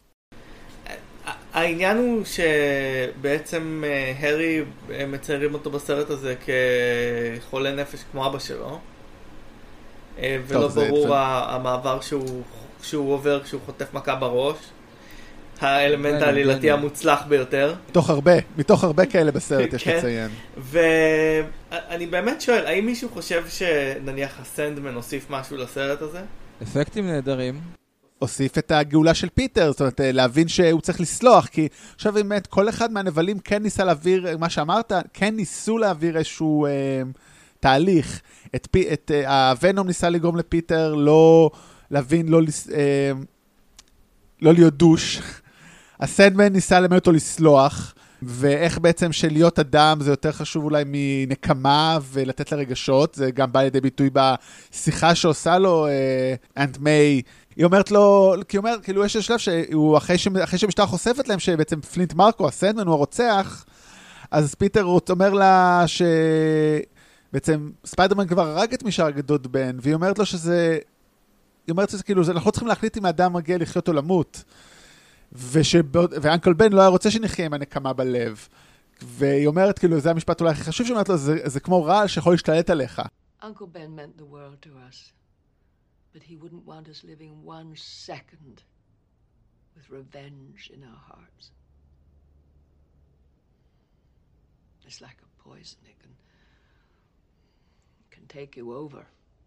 העניין הוא שבעצם הרי מציירים אותו בסרט הזה כחולה נפש כמו אבא שלו, ולא ברור המעבר שהוא... שהוא עובר כשהוא חוטף מכה בראש. האלמנט העלילתי המוצלח ביותר. מתוך הרבה, מתוך הרבה כאלה בסרט יש לציין. ואני באמת שואל, האם מישהו חושב שנניח הסנדמן הוסיף משהו לסרט הזה? אפקטים נהדרים. הוסיף את הגאולה של פיטר, זאת אומרת, להבין שהוא צריך לסלוח, כי עכשיו באמת כל אחד מהנבלים כן ניסה להעביר, מה שאמרת, כן ניסו להעביר איזשהו אה, תהליך. את, את אה, הוונום ניסה לגרום לפיטר לא... להבין, לא, אה, לא להיות דוש. הסנדמן ניסה ללמד אותו לסלוח, ואיך בעצם שלהיות אדם זה יותר חשוב אולי מנקמה ולתת לרגשות. זה גם בא לידי ביטוי בשיחה שעושה לו אה, אנט מיי. היא אומרת לו, כי היא אומרת, כאילו יש שלב שהוא אחרי, ש, אחרי שמשטרה חושפת להם שבעצם פלינט מרקו, הסנדמן הוא הרוצח, אז פיטר אומר לה שבעצם ספיידרמן כבר הרג את משאר הגדוד בן, והיא אומרת לו שזה... היא אומרת שזה כאילו, אנחנו צריכים להחליט אם האדם מגיע לחיות או למות. ואנקל בן לא היה רוצה שנחיה עם הנקמה בלב. והיא אומרת, כאילו, זה המשפט אולי הכי חשוב, שאומרת לו, זה, זה כמו רעל שיכול להשתלט עליך. Uncle Ben meant the world to us, but he wouldn't want us living one second with revenge in our hearts. It's like a poison. It can, it can take you over.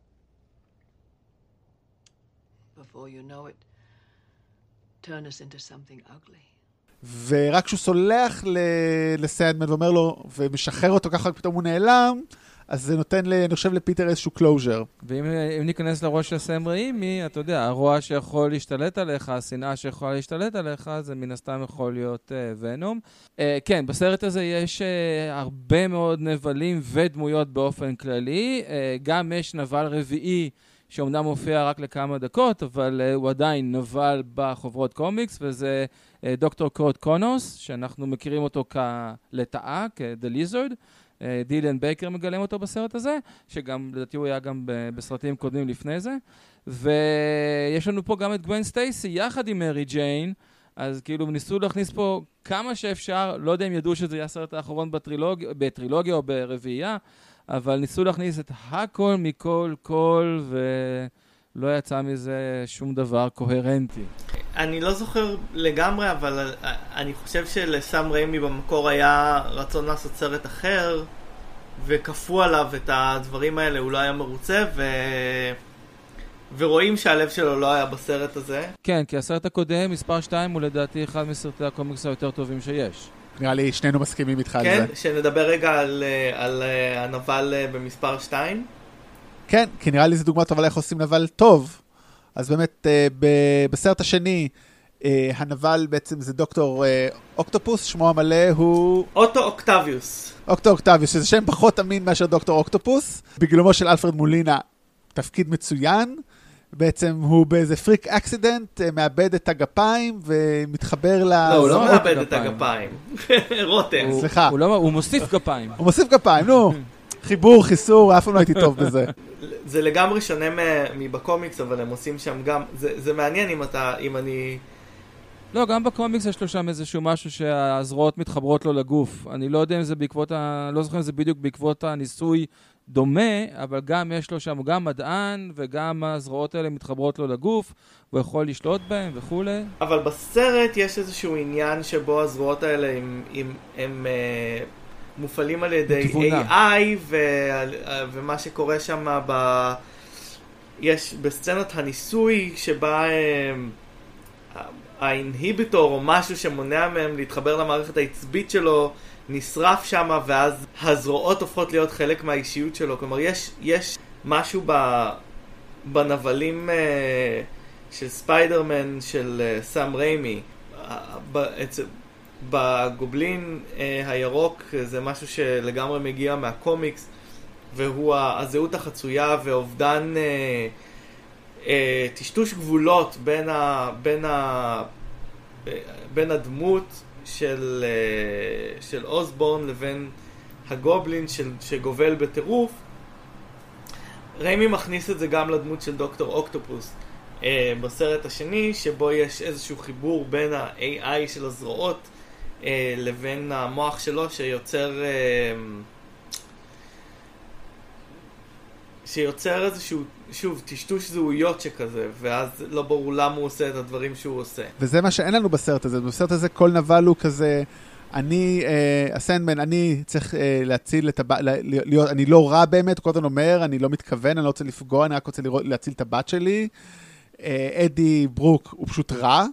Before you know it, turn us into something ugly. ורק כשהוא סולח לסנדמן ואומר לו, ומשחרר אותו ככה פתאום הוא נעלם, אז זה נותן, אני חושב, לפיטר איזשהו קלוז'ר. ואם ניכנס לראש של סם רעימי, אתה יודע, הרוע שיכול להשתלט עליך, השנאה שיכולה להשתלט עליך, זה מן הסתם יכול להיות uh, ונום. Uh, כן, בסרט הזה יש uh, הרבה מאוד נבלים ודמויות באופן כללי. Uh, גם יש נבל רביעי, שאומנם מופיע רק לכמה דקות, אבל uh, הוא עדיין נבל בחוברות קומיקס, וזה uh, דוקטור קוד קונוס, שאנחנו מכירים אותו כלטאה, כ-The Lizard. Uh, דילן בייקר מגלם אותו בסרט הזה, שגם, לדעתי הוא היה גם ב- בסרטים קודמים לפני זה. ויש לנו פה גם את גווין סטייסי, יחד עם מרי ג'יין, אז כאילו ניסו להכניס פה כמה שאפשר, לא יודע אם ידעו שזה יהיה הסרט האחרון בטרילוג... בטרילוגיה או ברביעייה, אבל ניסו להכניס את הכל מכל כל, ולא יצא מזה שום דבר קוהרנטי. אני לא זוכר לגמרי, אבל אני חושב שלסם ריימי במקור היה רצון לעשות סרט אחר, וכפו עליו את הדברים האלה, הוא לא היה מרוצה, ו... ורואים שהלב שלו לא היה בסרט הזה. כן, כי הסרט הקודם, מספר שתיים, הוא לדעתי אחד מסרטי הקומיקס היותר טובים שיש. נראה לי שנינו מסכימים איתך כן, על זה. שנדבר רגע על, על הנבל במספר שתיים. כן, כי נראה לי זה דוגמה טובה איך עושים נבל טוב. אז באמת, ב- בסרט השני, הנבל בעצם זה דוקטור אוקטופוס, שמו המלא הוא... אוטו אוקטביוס. אוקטו אוקטביוס, שזה שם פחות אמין מאשר דוקטור אוקטופוס. בגלומו של אלפרד מולינה, תפקיד מצוין. בעצם הוא באיזה פריק אקסידנט, מאבד את הגפיים ומתחבר ל... לא, הוא לא מאבד את הגפיים. רותם. סליחה. הוא מוסיף גפיים. הוא מוסיף גפיים, נו. חיבור, חיסור, אף פעם לא הייתי טוב בזה. זה לגמרי שונה מבקומיקס, אבל הם עושים שם גם... זה מעניין אם אתה, אם אני... לא, גם בקומיקס יש לו שם איזשהו משהו שהזרועות מתחברות לו לגוף. אני לא יודע אם זה בעקבות ה... לא זוכר אם זה בדיוק בעקבות הניסוי דומה, אבל גם יש לו שם, הוא גם מדען, וגם הזרועות האלה מתחברות לו לגוף, הוא יכול לשלוט בהם וכו'. אבל בסרט יש איזשהו עניין שבו הזרועות האלה הם... הם, הם uh, מופעלים על ידי איי איי, ו... ומה שקורה שם ב... יש בסצנת הניסוי שבה... Uh, האינהיביטור או משהו שמונע מהם להתחבר למערכת העצבית שלו נשרף שם, ואז הזרועות הופכות להיות חלק מהאישיות שלו. כלומר, יש, יש משהו ב, בנבלים uh, של ספיידרמן של uh, סם ריימי. ב, את, בגובלין uh, הירוק זה משהו שלגמרי מגיע מהקומיקס, והוא הזהות החצויה ואובדן אה, אה, טשטוש גבולות בין, ה, בין, ה, בין הדמות של, אה, של אוסבורן לבין הגובלין של, שגובל בטירוף. ריימי מכניס את זה גם לדמות של דוקטור אוקטופוס אה, בסרט השני, שבו יש איזשהו חיבור בין ה-איי איי של הזרועות אה, לבין המוח שלו שיוצר אה, שיוצר איזשהו, שוב, טשטוש זהויות שכזה, ואז לא ברור למה הוא עושה את הדברים שהוא עושה. וזה מה שאין לנו בסרט הזה. בסרט הזה כל נבל הוא כזה, אני, אה, הסנדמן, אני צריך אה, להציל את הבת, להיות, אני לא רע באמת, כל הזמן אומר, אני לא מתכוון, אני לא רוצה לפגוע, אני רק רוצה לראות, להציל את הבת שלי. אה, אדי ברוק הוא פשוט רע,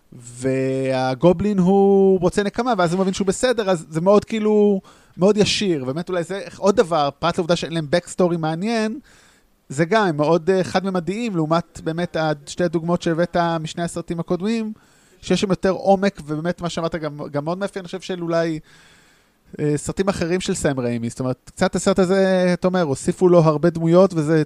והגובלין הוא רוצה נקמה, ואז הוא מבין שהוא בסדר, אז זה מאוד כאילו, מאוד ישיר, באמת אולי זה עוד דבר, פרט לעובדה שאין להם בקסטורי מעניין, זה גם מאוד חד-ממדיים, לעומת באמת שתי הדוגמאות שהבאת משני הסרטים הקודמים, שיש שם יותר עומק, ובאמת מה שאמרת גם, גם מאוד מאפיין, אני חושב של אולי אה, סרטים אחרים של סם ריימי, זאת אומרת, קצת הסרט הזה, אתה אומר, הוסיפו לו הרבה דמויות, וזה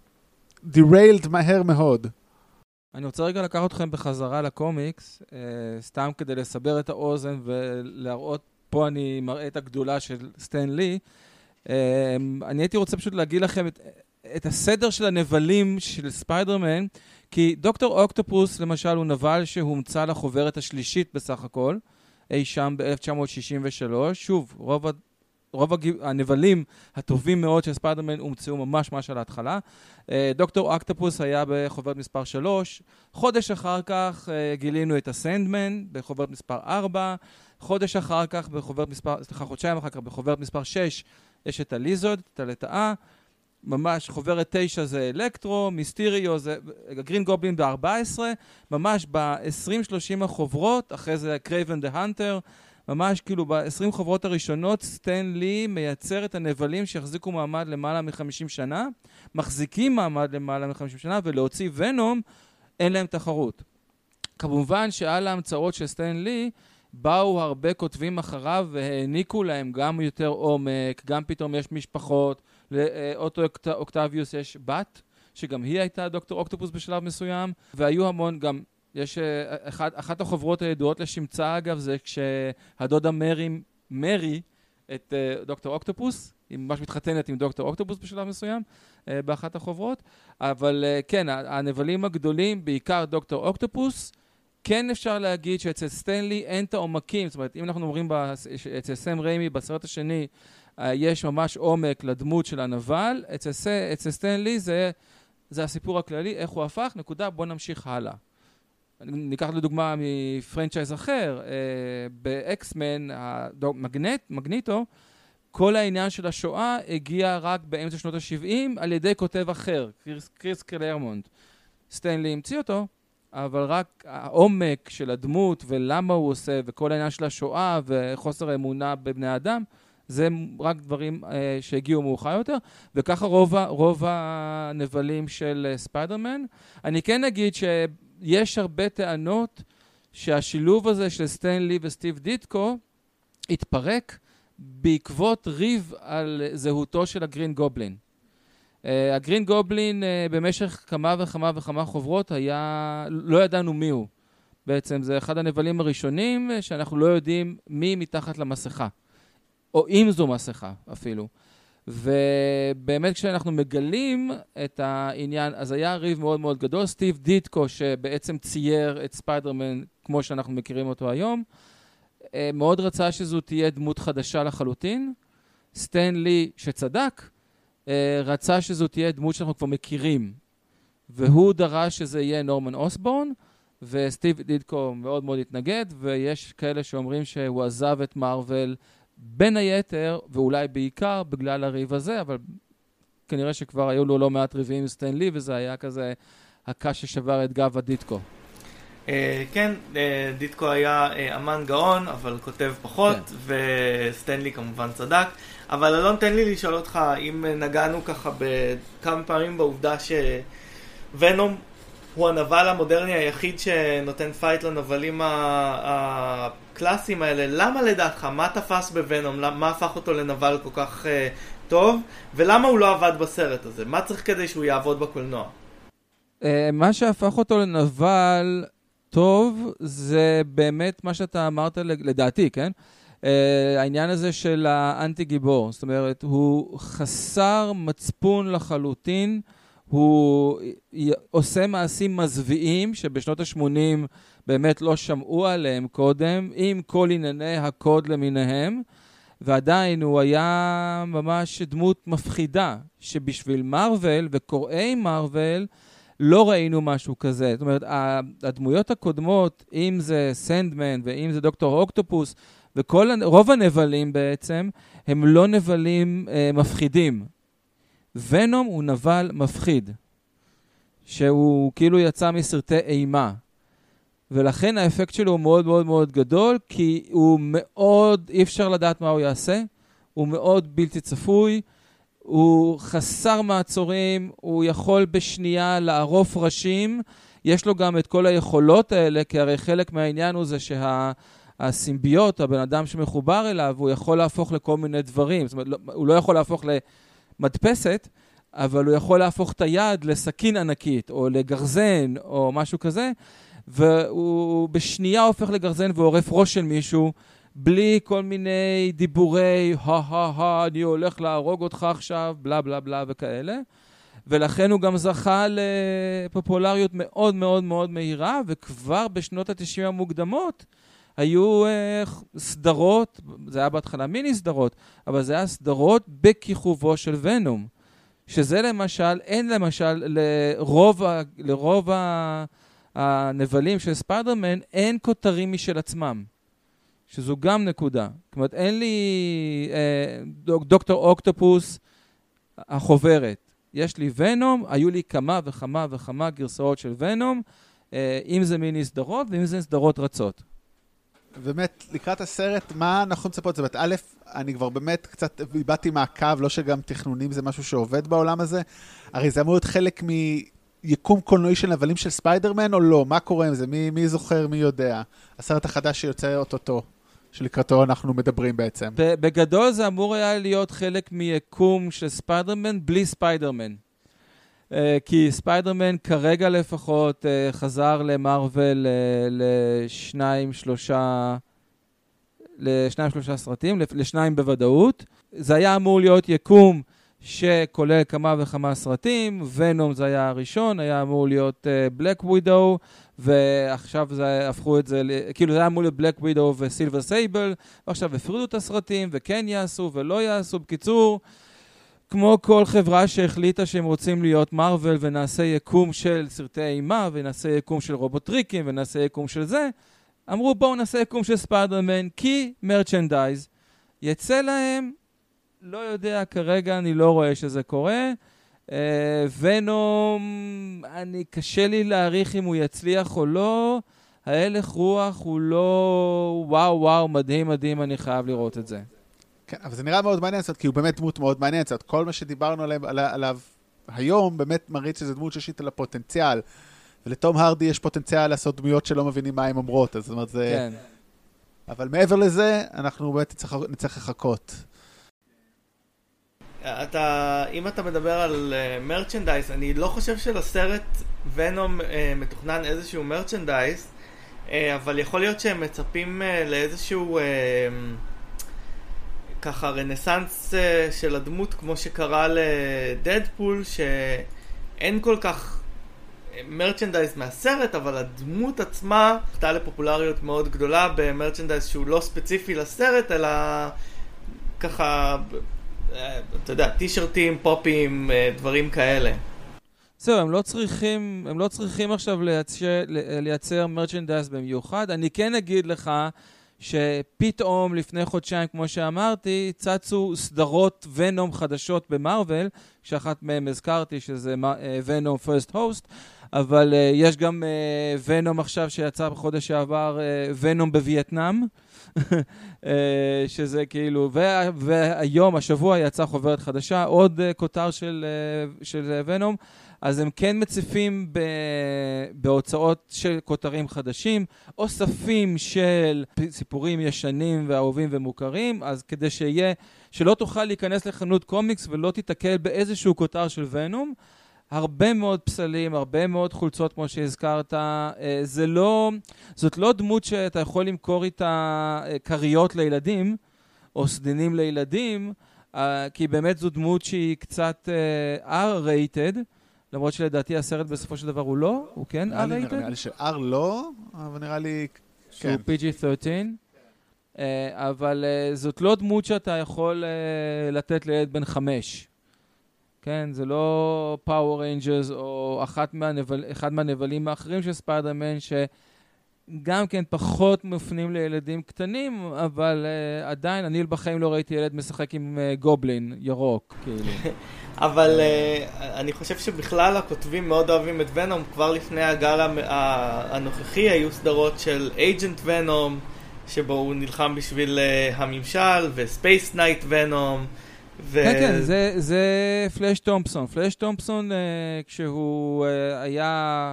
derailed מהר מאוד. אני רוצה רגע לקחת אתכם בחזרה לקומיקס, אה, סתם כדי לסבר את האוזן ולהראות, פה אני מראה את הגדולה של סטן לי. אה, אני הייתי רוצה פשוט להגיד לכם את, את הסדר של הנבלים של ספיידרמן, כי דוקטור אוקטופוס למשל הוא נבל שהומצא לחוברת השלישית בסך הכל, אי שם ב-אלף תשע מאות שישים ושלוש. שוב, רוב, רוב הנבלים הטובים מאוד של ספיידרמן הומצאו ממש ממש על ההתחלה. דוקטור אוקטופוס היה בחוברת מספר שלוש, חודש אחר כך גילינו את הסנדמן בחוברת מספר ארבע, חודש אחר כך בחוברת מספר, סליחה, חודשיים אחר כך בחוברת מספר שש יש את הליזוד, את הלטאה, ממש חוברת תשע זה אלקטרו, מיסטריו זה גרין גובלין ב-ארבע עשרה, ממש ב-עשרים שלושים החוברות, אחרי זה קרייבן דה הנטר, ממש כאילו ב-עשרים חוברות הראשונות סטן לי מייצר את הנבלים שיחזיקו מעמד למעלה מ-חמישים שנה, מחזיקים מעמד למעלה מ-חמישים שנה, ולהוציא ונום אין להם תחרות. כמובן שעל ההמצאות של סטן לי באו הרבה כותבים אחריו והעניקו להם גם יותר עומק, גם פתאום יש משפחות, לאוטו אוקטביוס יש בת, שגם היא הייתה דוקטור אוקטופוס בשלב מסוים, והיו המון גם, יש אחת, אחת החוברות הידועות לשמצה אגב, זה כשהדודה מרי, מרי את דוקטור אוקטופוס, היא ממש מתחתנת עם דוקטור אוקטופוס בשלב מסוים, באחת החוברות, אבל כן, הנבלים הגדולים, בעיקר דוקטור אוקטופוס, כן אפשר להגיד שאצל סטנלי אין את העומקים, זאת אומרת, אם אנחנו אומרים אצל סם ריימי בסרט השני, יש ממש עומק לדמות של הנבל, אצל, אצל סטנלי זה, זה הסיפור הכללי, איך הוא הפך, נקודה, בוא נמשיך הלאה. ניקח לדוגמה מפרנצ'ייז אחר, באקסמן, המגנט, מגניטו, כל העניין של השואה הגיע רק באמצע שנות ה-שבעים על ידי כותב אחר, קריס, קריס קלרמונט. סטנלי המציא אותו, אבל רק העומק של הדמות ולמה הוא עושה, וכל העניין של השואה וחוסר האמונה בבני אדם, זה רק דברים אה, שהגיעו מאוחר יותר, וככה רוב, רוב הנבלים של ספיידרמן. אני כן אגיד שיש הרבה טענות שהשילוב הזה של סטן לי וסטיב דיטקו התפרק בעקבות ריב על זהותו של הגרין גובלין. Uh, הגרין גובלין uh, במשך כמה וכמה וכמה חוברות היה, לא ידענו מי הוא. בעצם זה אחד הנבלים הראשונים uh, שאנחנו לא יודעים מי מתחת למסכה. או אם זו מסכה אפילו. ובאמת כשאנחנו מגלים את העניין, אז היה ריב מאוד מאוד גדול. סטיב דיטקו שבעצם צייר את ספיידרמן כמו שאנחנו מכירים אותו היום, uh, מאוד רצה שזו תהיה דמות חדשה לחלוטין. סטן לי שצדק, רצה שזו תהיה דמות שאנחנו כבר מכירים, והוא דרש שזה יהיה נורמן אוסבורן, וסטיב דיטקו מאוד מאוד התנגד, ויש כאלה שאומרים שהוא עזב את מארוול בין היתר, ואולי בעיקר בגלל הריב הזה, אבל כנראה שכבר היו לו לא מעט ריבים עם סטן לי, וזה היה כזה הקש ששבר את גב הדיטקו. כן, דיטקו היה אמן גאון, אבל כותב פחות, וסטנלי כמובן צדק. אבל אלון, תן לי לשאול אותך, אם נגענו ככה בכמה פעמים בעובדה שוונום הוא הנבל המודרני היחיד שנותן פייט לנבלים הקלאסיים האלה, למה לדעתך? מה תפס בוונום? מה הפך אותו לנבל כל כך טוב, ולמה הוא לא עבד בסרט הזה? מה צריך כדי שהוא יעבוד בקולנוע? מה שהפך אותו לנבל טוב, זה באמת מה שאתה אמרת לדעתי, כן? העניין הזה של האנטי גיבור, זאת אומרת, הוא חסר מצפון לחלוטין, הוא עושה מעשים מזוויעים שבשנות ה-שמונים באמת לא שמעו עליהם קודם, עם כל ענייני הקוד למיניהם, ועדיין הוא היה ממש דמות מפחידה, שבשביל מרוול וקוראי מרוול לא ראינו משהו כזה. זאת אומרת, הדמויות הקודמות, אם זה סנדמן ואם זה דוקטור אוקטופוס, וכל, רוב הנבלים בעצם, הם לא נבלים אה, מפחידים. ונום הוא נבל מפחיד, שהוא כאילו יצא מסרטי אימה. ולכן האפקט שלו הוא מאוד מאוד מאוד גדול, כי הוא מאוד, אי אפשר לדעת מה הוא יעשה, הוא מאוד בלתי צפוי, הוא חסר מעצורים, הוא יכול בשנייה לערוף ראשים, יש לו גם את כל היכולות האלה, כי הרי חלק מהעניין הוא זה שהסימביוט, הבן אדם שמחובר אליו, הוא יכול להפוך לכל מיני דברים, זאת אומרת, הוא לא יכול להפוך למדפסת, אבל הוא יכול להפוך את היד לסכין ענקית, או לגרזן, או משהו כזה, והוא בשנייה הופך לגרזן ועורף ראש של מישהו, בלי כל מיני דיבורי, הא-הא-הא, אני הולך להרוג אותך עכשיו, בלה בלה בלה וכאלה. ולכן הוא גם זכה לפופולריות מאוד מאוד מאוד מהירה, וכבר בשנות ה-תשעים המוקדמות היו אה, סדרות, זה היה בהתחלה מיני סדרות, אבל זה היה סדרות בכיכובו של ונום. שזה למשל, אין למשל לרוב, לרוב ה... הנבלים של ספיידרמן, אין כותרים משל עצמם. שזו גם נקודה. כלומר, אין לי אה, דוק, דוקטור אוקטופוס החוברת. יש לי ונום, היו לי כמה וכמה וכמה גרסאות של ונום, אה, אם זה מיני סדרות ואם זה סדרות רצות. באמת, לקראת הסרט, מה אנחנו מצפות? זאת אומרת, א', אני כבר באמת קצת איבדתי מעקב, לא שגם תכנונים זה משהו שעובד בעולם הזה. הרי זה אמור להיות חלק מ... יקום קולנועי של נבלים של ספיידרמן או לא? מה קורה עם זה? מי, מי זוכר, מי יודע? הסרט החדש שיוצא אוטוטו, שלקראתו אנחנו מדברים בעצם. בגדול זה אמור היה להיות חלק מיקום של ספיידרמן בלי ספיידרמן. כי ספיידרמן כרגע לפחות חזר למרוול לשניים, שלושה, לשניים, שלושה סרטים, לשניים בוודאות. זה היה אמור להיות יקום שכולל כמה וכמה סרטים, ונום זה היה הראשון, היה אמור להיות בלק ווידו, ועכשיו זה, הפכו את זה, כאילו זה היה אמור להיות בלק ווידו וסילבר סייבל, ועכשיו הפרידו את הסרטים, וכן יעשו ולא יעשו. בקיצור, כמו כל חברה שהחליטה שהם רוצים להיות מרוול, ונעשה יקום של סרטי אימה, ונעשה יקום של רובוטריקים, ונעשה יקום של זה, אמרו בואו נעשה יקום של ספיידרמן, כי מרצ'נדייז יצא להם, לא יודע, כרגע אני לא רואה שזה קורה. ונום, אני קשה לי להעריך אם הוא יצליח או לא. ההלך רוח הוא לא וואו וואו מדהים מדהים, אני חייב לראות את זה. כן, אבל זה נראה מאוד מעניין, כי הוא באמת דמות מאוד מעניין. כל מה שדיברנו עליו, עליו היום באמת מראה שזה דמות ששית על הפוטנציאל. ולתום הרדי יש פוטנציאל לעשות דמויות שלא מבינים מה הן אומרות. אז זאת אומרת זה... כן. אבל מעבר לזה, אנחנו באמת נצטרך, נצטרך לחכות. אתה, אם אתה מדבר על מרצ'נדייז, uh, אני לא חושב שלסרט ונום uh, מתוכנן איזשהו מרצ'נדייז, uh, אבל יכול להיות שהם מצפים uh, לאיזשהו uh, ככה רנסנס uh, של הדמות, כמו שקרה לדדפול, שאין כל כך מרצ'נדייז מהסרט, אבל הדמות עצמה חטאה לפופולריות מאוד גדולה במרצ'נדייז שהוא לא ספציפי לסרט, אלא ככה... אתה יודע, טישרטים, פופים, דברים כאלה. זהו, הם לא צריכים, הם לא צריכים עכשיו לייצר, לייצר מרצ'נדייז במיוחד. אני כן אגיד לך שפתאום לפני חודשיים, כמו שאמרתי, צצו סדרות ונום חדשות במרוול, שאחת מהם הזכרתי שזה ונום פרסט הוסט, אבל uh, יש גם uh, ונום עכשיו שיצא בחודש שעבר, uh, ונום בווייטנאם, uh, שזה כאילו, וה, והיום, השבוע יצא חוברת חדשה, עוד uh, כותר של, uh, של uh, ונום, אז הם כן מציפים ב... בהוצאות של כותרים חדשים, אוספים של סיפורים ישנים ואהובים ומוכרים, אז כדי שיהיה, שלא תוכל להיכנס לחנות קומיקס ולא תתקל באיזשהו כותר של ונום, הרבה מאוד פסלים, הרבה מאוד חולצות כמו שהזכרת, זה לא, זאת לא דמות שאתה יכול למכור איתה קריות לילדים, או סדינים לילדים, כי באמת זו דמות שהיא קצת R-rated, למרות שלדעתי הסרט בסופו של דבר הוא לא, הוא כן R-rated? נראה לי ש-R לא, אבל נראה לי... שהוא פי ג'י שלוש עשר, אבל זאת לא דמות שאתה יכול לתת לילד בן חמש. כן, זה לא פאוור ריינג'רס או אחת מהנבל, אחד מהנבלים האחרים של ספיידרמן, שגם כן פחות מופנים לילדים קטנים, אבל uh, עדיין, אני בחיים לא ראיתי ילד משחק עם uh, גובלין ירוק, כאילו. אבל uh, אני חושב שבכלל הכותבים מאוד אוהבים את ונום, כבר לפני הגל הנוכחי היו סדרות של אייג'נט ונום, שבו הוא נלחם בשביל uh, הממשל, וספייס נייט ונום, ו... כן, כן, זה, זה פלאש תומפסון. פלאש תומפסון, uh, כשהוא uh, היה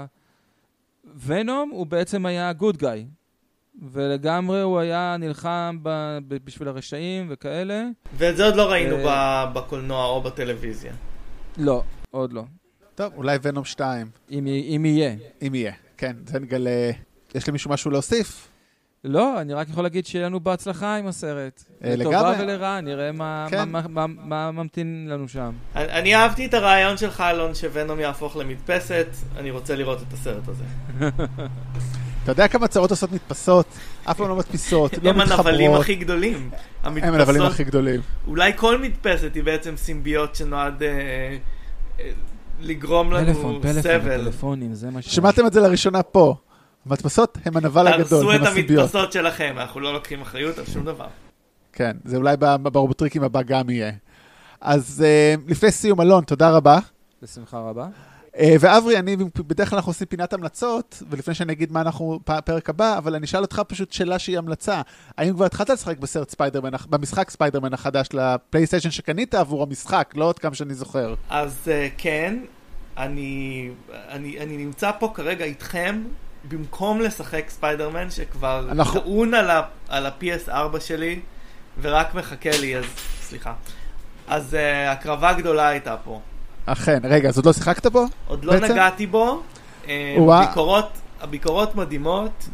ונום, הוא בעצם היה גוד גאי. ולגמרי הוא היה נלחם ב- ב- בשביל הרשעים וכאלה. ואת זה עוד לא ראינו uh... בקולנוע או בטלוויזיה. לא, עוד לא. טוב, אולי ונום שתיים. אם, אם יהיה. אם יהיה, כן. זה נגלה... יש למישהו משהו להוסיף? לא, אני רק יכול להגיד שיהיה לנו בהצלחה עם הסרט. לטובה ולרעה, נראה מה, כן. מה, מה, מה, מה ממתין לנו שם. אני, אני אהבתי את הרעיון שלך, אלון, שוונום יהפוך למדפסת. אני רוצה לראות את הסרט הזה. אתה יודע כמה צרות עושות מדפסות? אף פעם לא מדפיסות, לא מתחברות. הם הנבלים הכי גדולים. הם הנבלים הכי גדולים. אולי כל מדפסת היא בעצם סימביוט שנועד אה, אה, לגרום לנו פלאפון, סבל. פלאפון, טלפונים, זה מה ש... שמעתם את זה לראשונה פה. המדפסות הם הנבל הגדול, תרסו את המדפסות שלכם, אנחנו לא לוקחים אחריות על שום דבר. כן, זה אולי ברובוטריקים הבא גם יהיה. אז לפני סיום, אלון, תודה רבה. בשמחה רבה. ואברי, אני, בדרך כלל אנחנו עושים פינת המלצות, ולפני שאני אגיד מה אנחנו פרק הבא, אבל אני אשאל אותך פשוט שאלה שהיא המלצה. האם כבר התחלת לשחק בסרט ספיידרמן, במשחק ספיידרמן החדש לפלייסטיישן שקנית עבור המשחק, לא עוד כמה שאני זוכר. אז כן, אני, אני, אני נמצא פה כרגע איתכם, במקום לשחק ספיידרמן, שכבר אנחנו... טעון על, ה, על ה-פי אס ארבע שלי, ורק מחכה לי, אז סליחה. אז uh, הקרבה גדולה הייתה פה. אכן, רגע, אז עוד לא שיחקת בו? עוד לא בעצם? נגעתי בו. הביקורות, הביקורות מדהימות.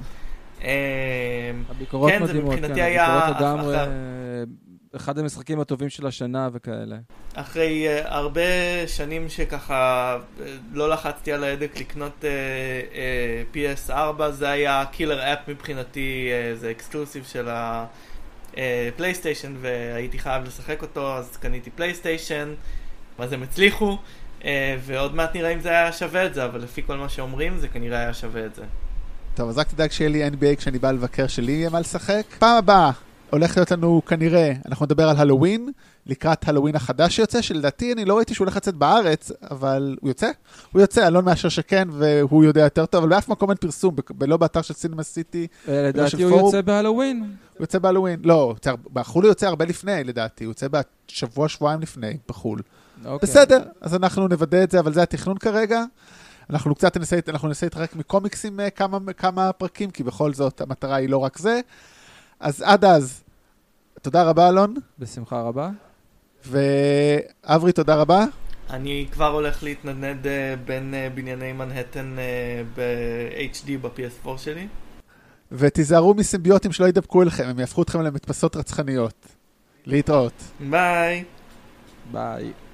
הביקורות כן, מדהימות, כן, היה לגמרי אחד המשחקים הטובים של השנה וכאלה. אחרי uh, הרבה שנים שככה uh, לא לחצתי על ההדק לקנות uh, uh, פי אס ארבע, זה היה קילר אפ מבחינתי, uh, זה אקסקלוסיב של הפלייסטיישן, uh, והייתי חייב לשחק אותו, אז קניתי פלייסטיישן, אז הם הצליחו, uh, ועוד מעט נראה אם זה היה שווה את זה, אבל לפי כל מה שאומרים זה כנראה היה שווה את זה. טוב, אז רק תדאג שיהיה לי אן בי איי כשאני בא לבקר שלי יהיה מה לשחק. פעם הבאה הולך להיות לנו כנראה, אנחנו נדבר על הלווין, לקראת הלווין החדש שיוצא, שלדעתי אני לא ראיתי שהוא הולך לצאת בארץ, אבל הוא יוצא? הוא יוצא, אלון מאשר שכן, והוא יודע יותר טוב, אבל באף מקום אין פרסום, לא באתר של סינמה סיטי. לדעתי הוא יוצא בהלווין. הוא יוצא בהלווין, לא, בחול הוא יוצא הרבה לפני, לדעתי, הוא יוצא בשבוע, שבועיים לפני, בחול. בסדר, אז אנחנו נוודא את זה, אבל זה התכנון כרגע. אנחנו קצת ננסה, אנחנו ננסה להתרחק מקומיקסים כמה, כמה פרקים, כי בכל זאת המטרה היא לא רק זה. אז עד אז, תודה רבה אלון. בשמחה רבה. ואברי, תודה רבה. אני כבר הולך להתנדנד בין בנייני מנהטן ב-אייץ' די ב-פי אס פור שלי. ותיזהרו מסימביוטים שלא ידבקו אליכם, הם יהפכו אתכם למדפסות רצחניות. להתראות. ביי. ביי.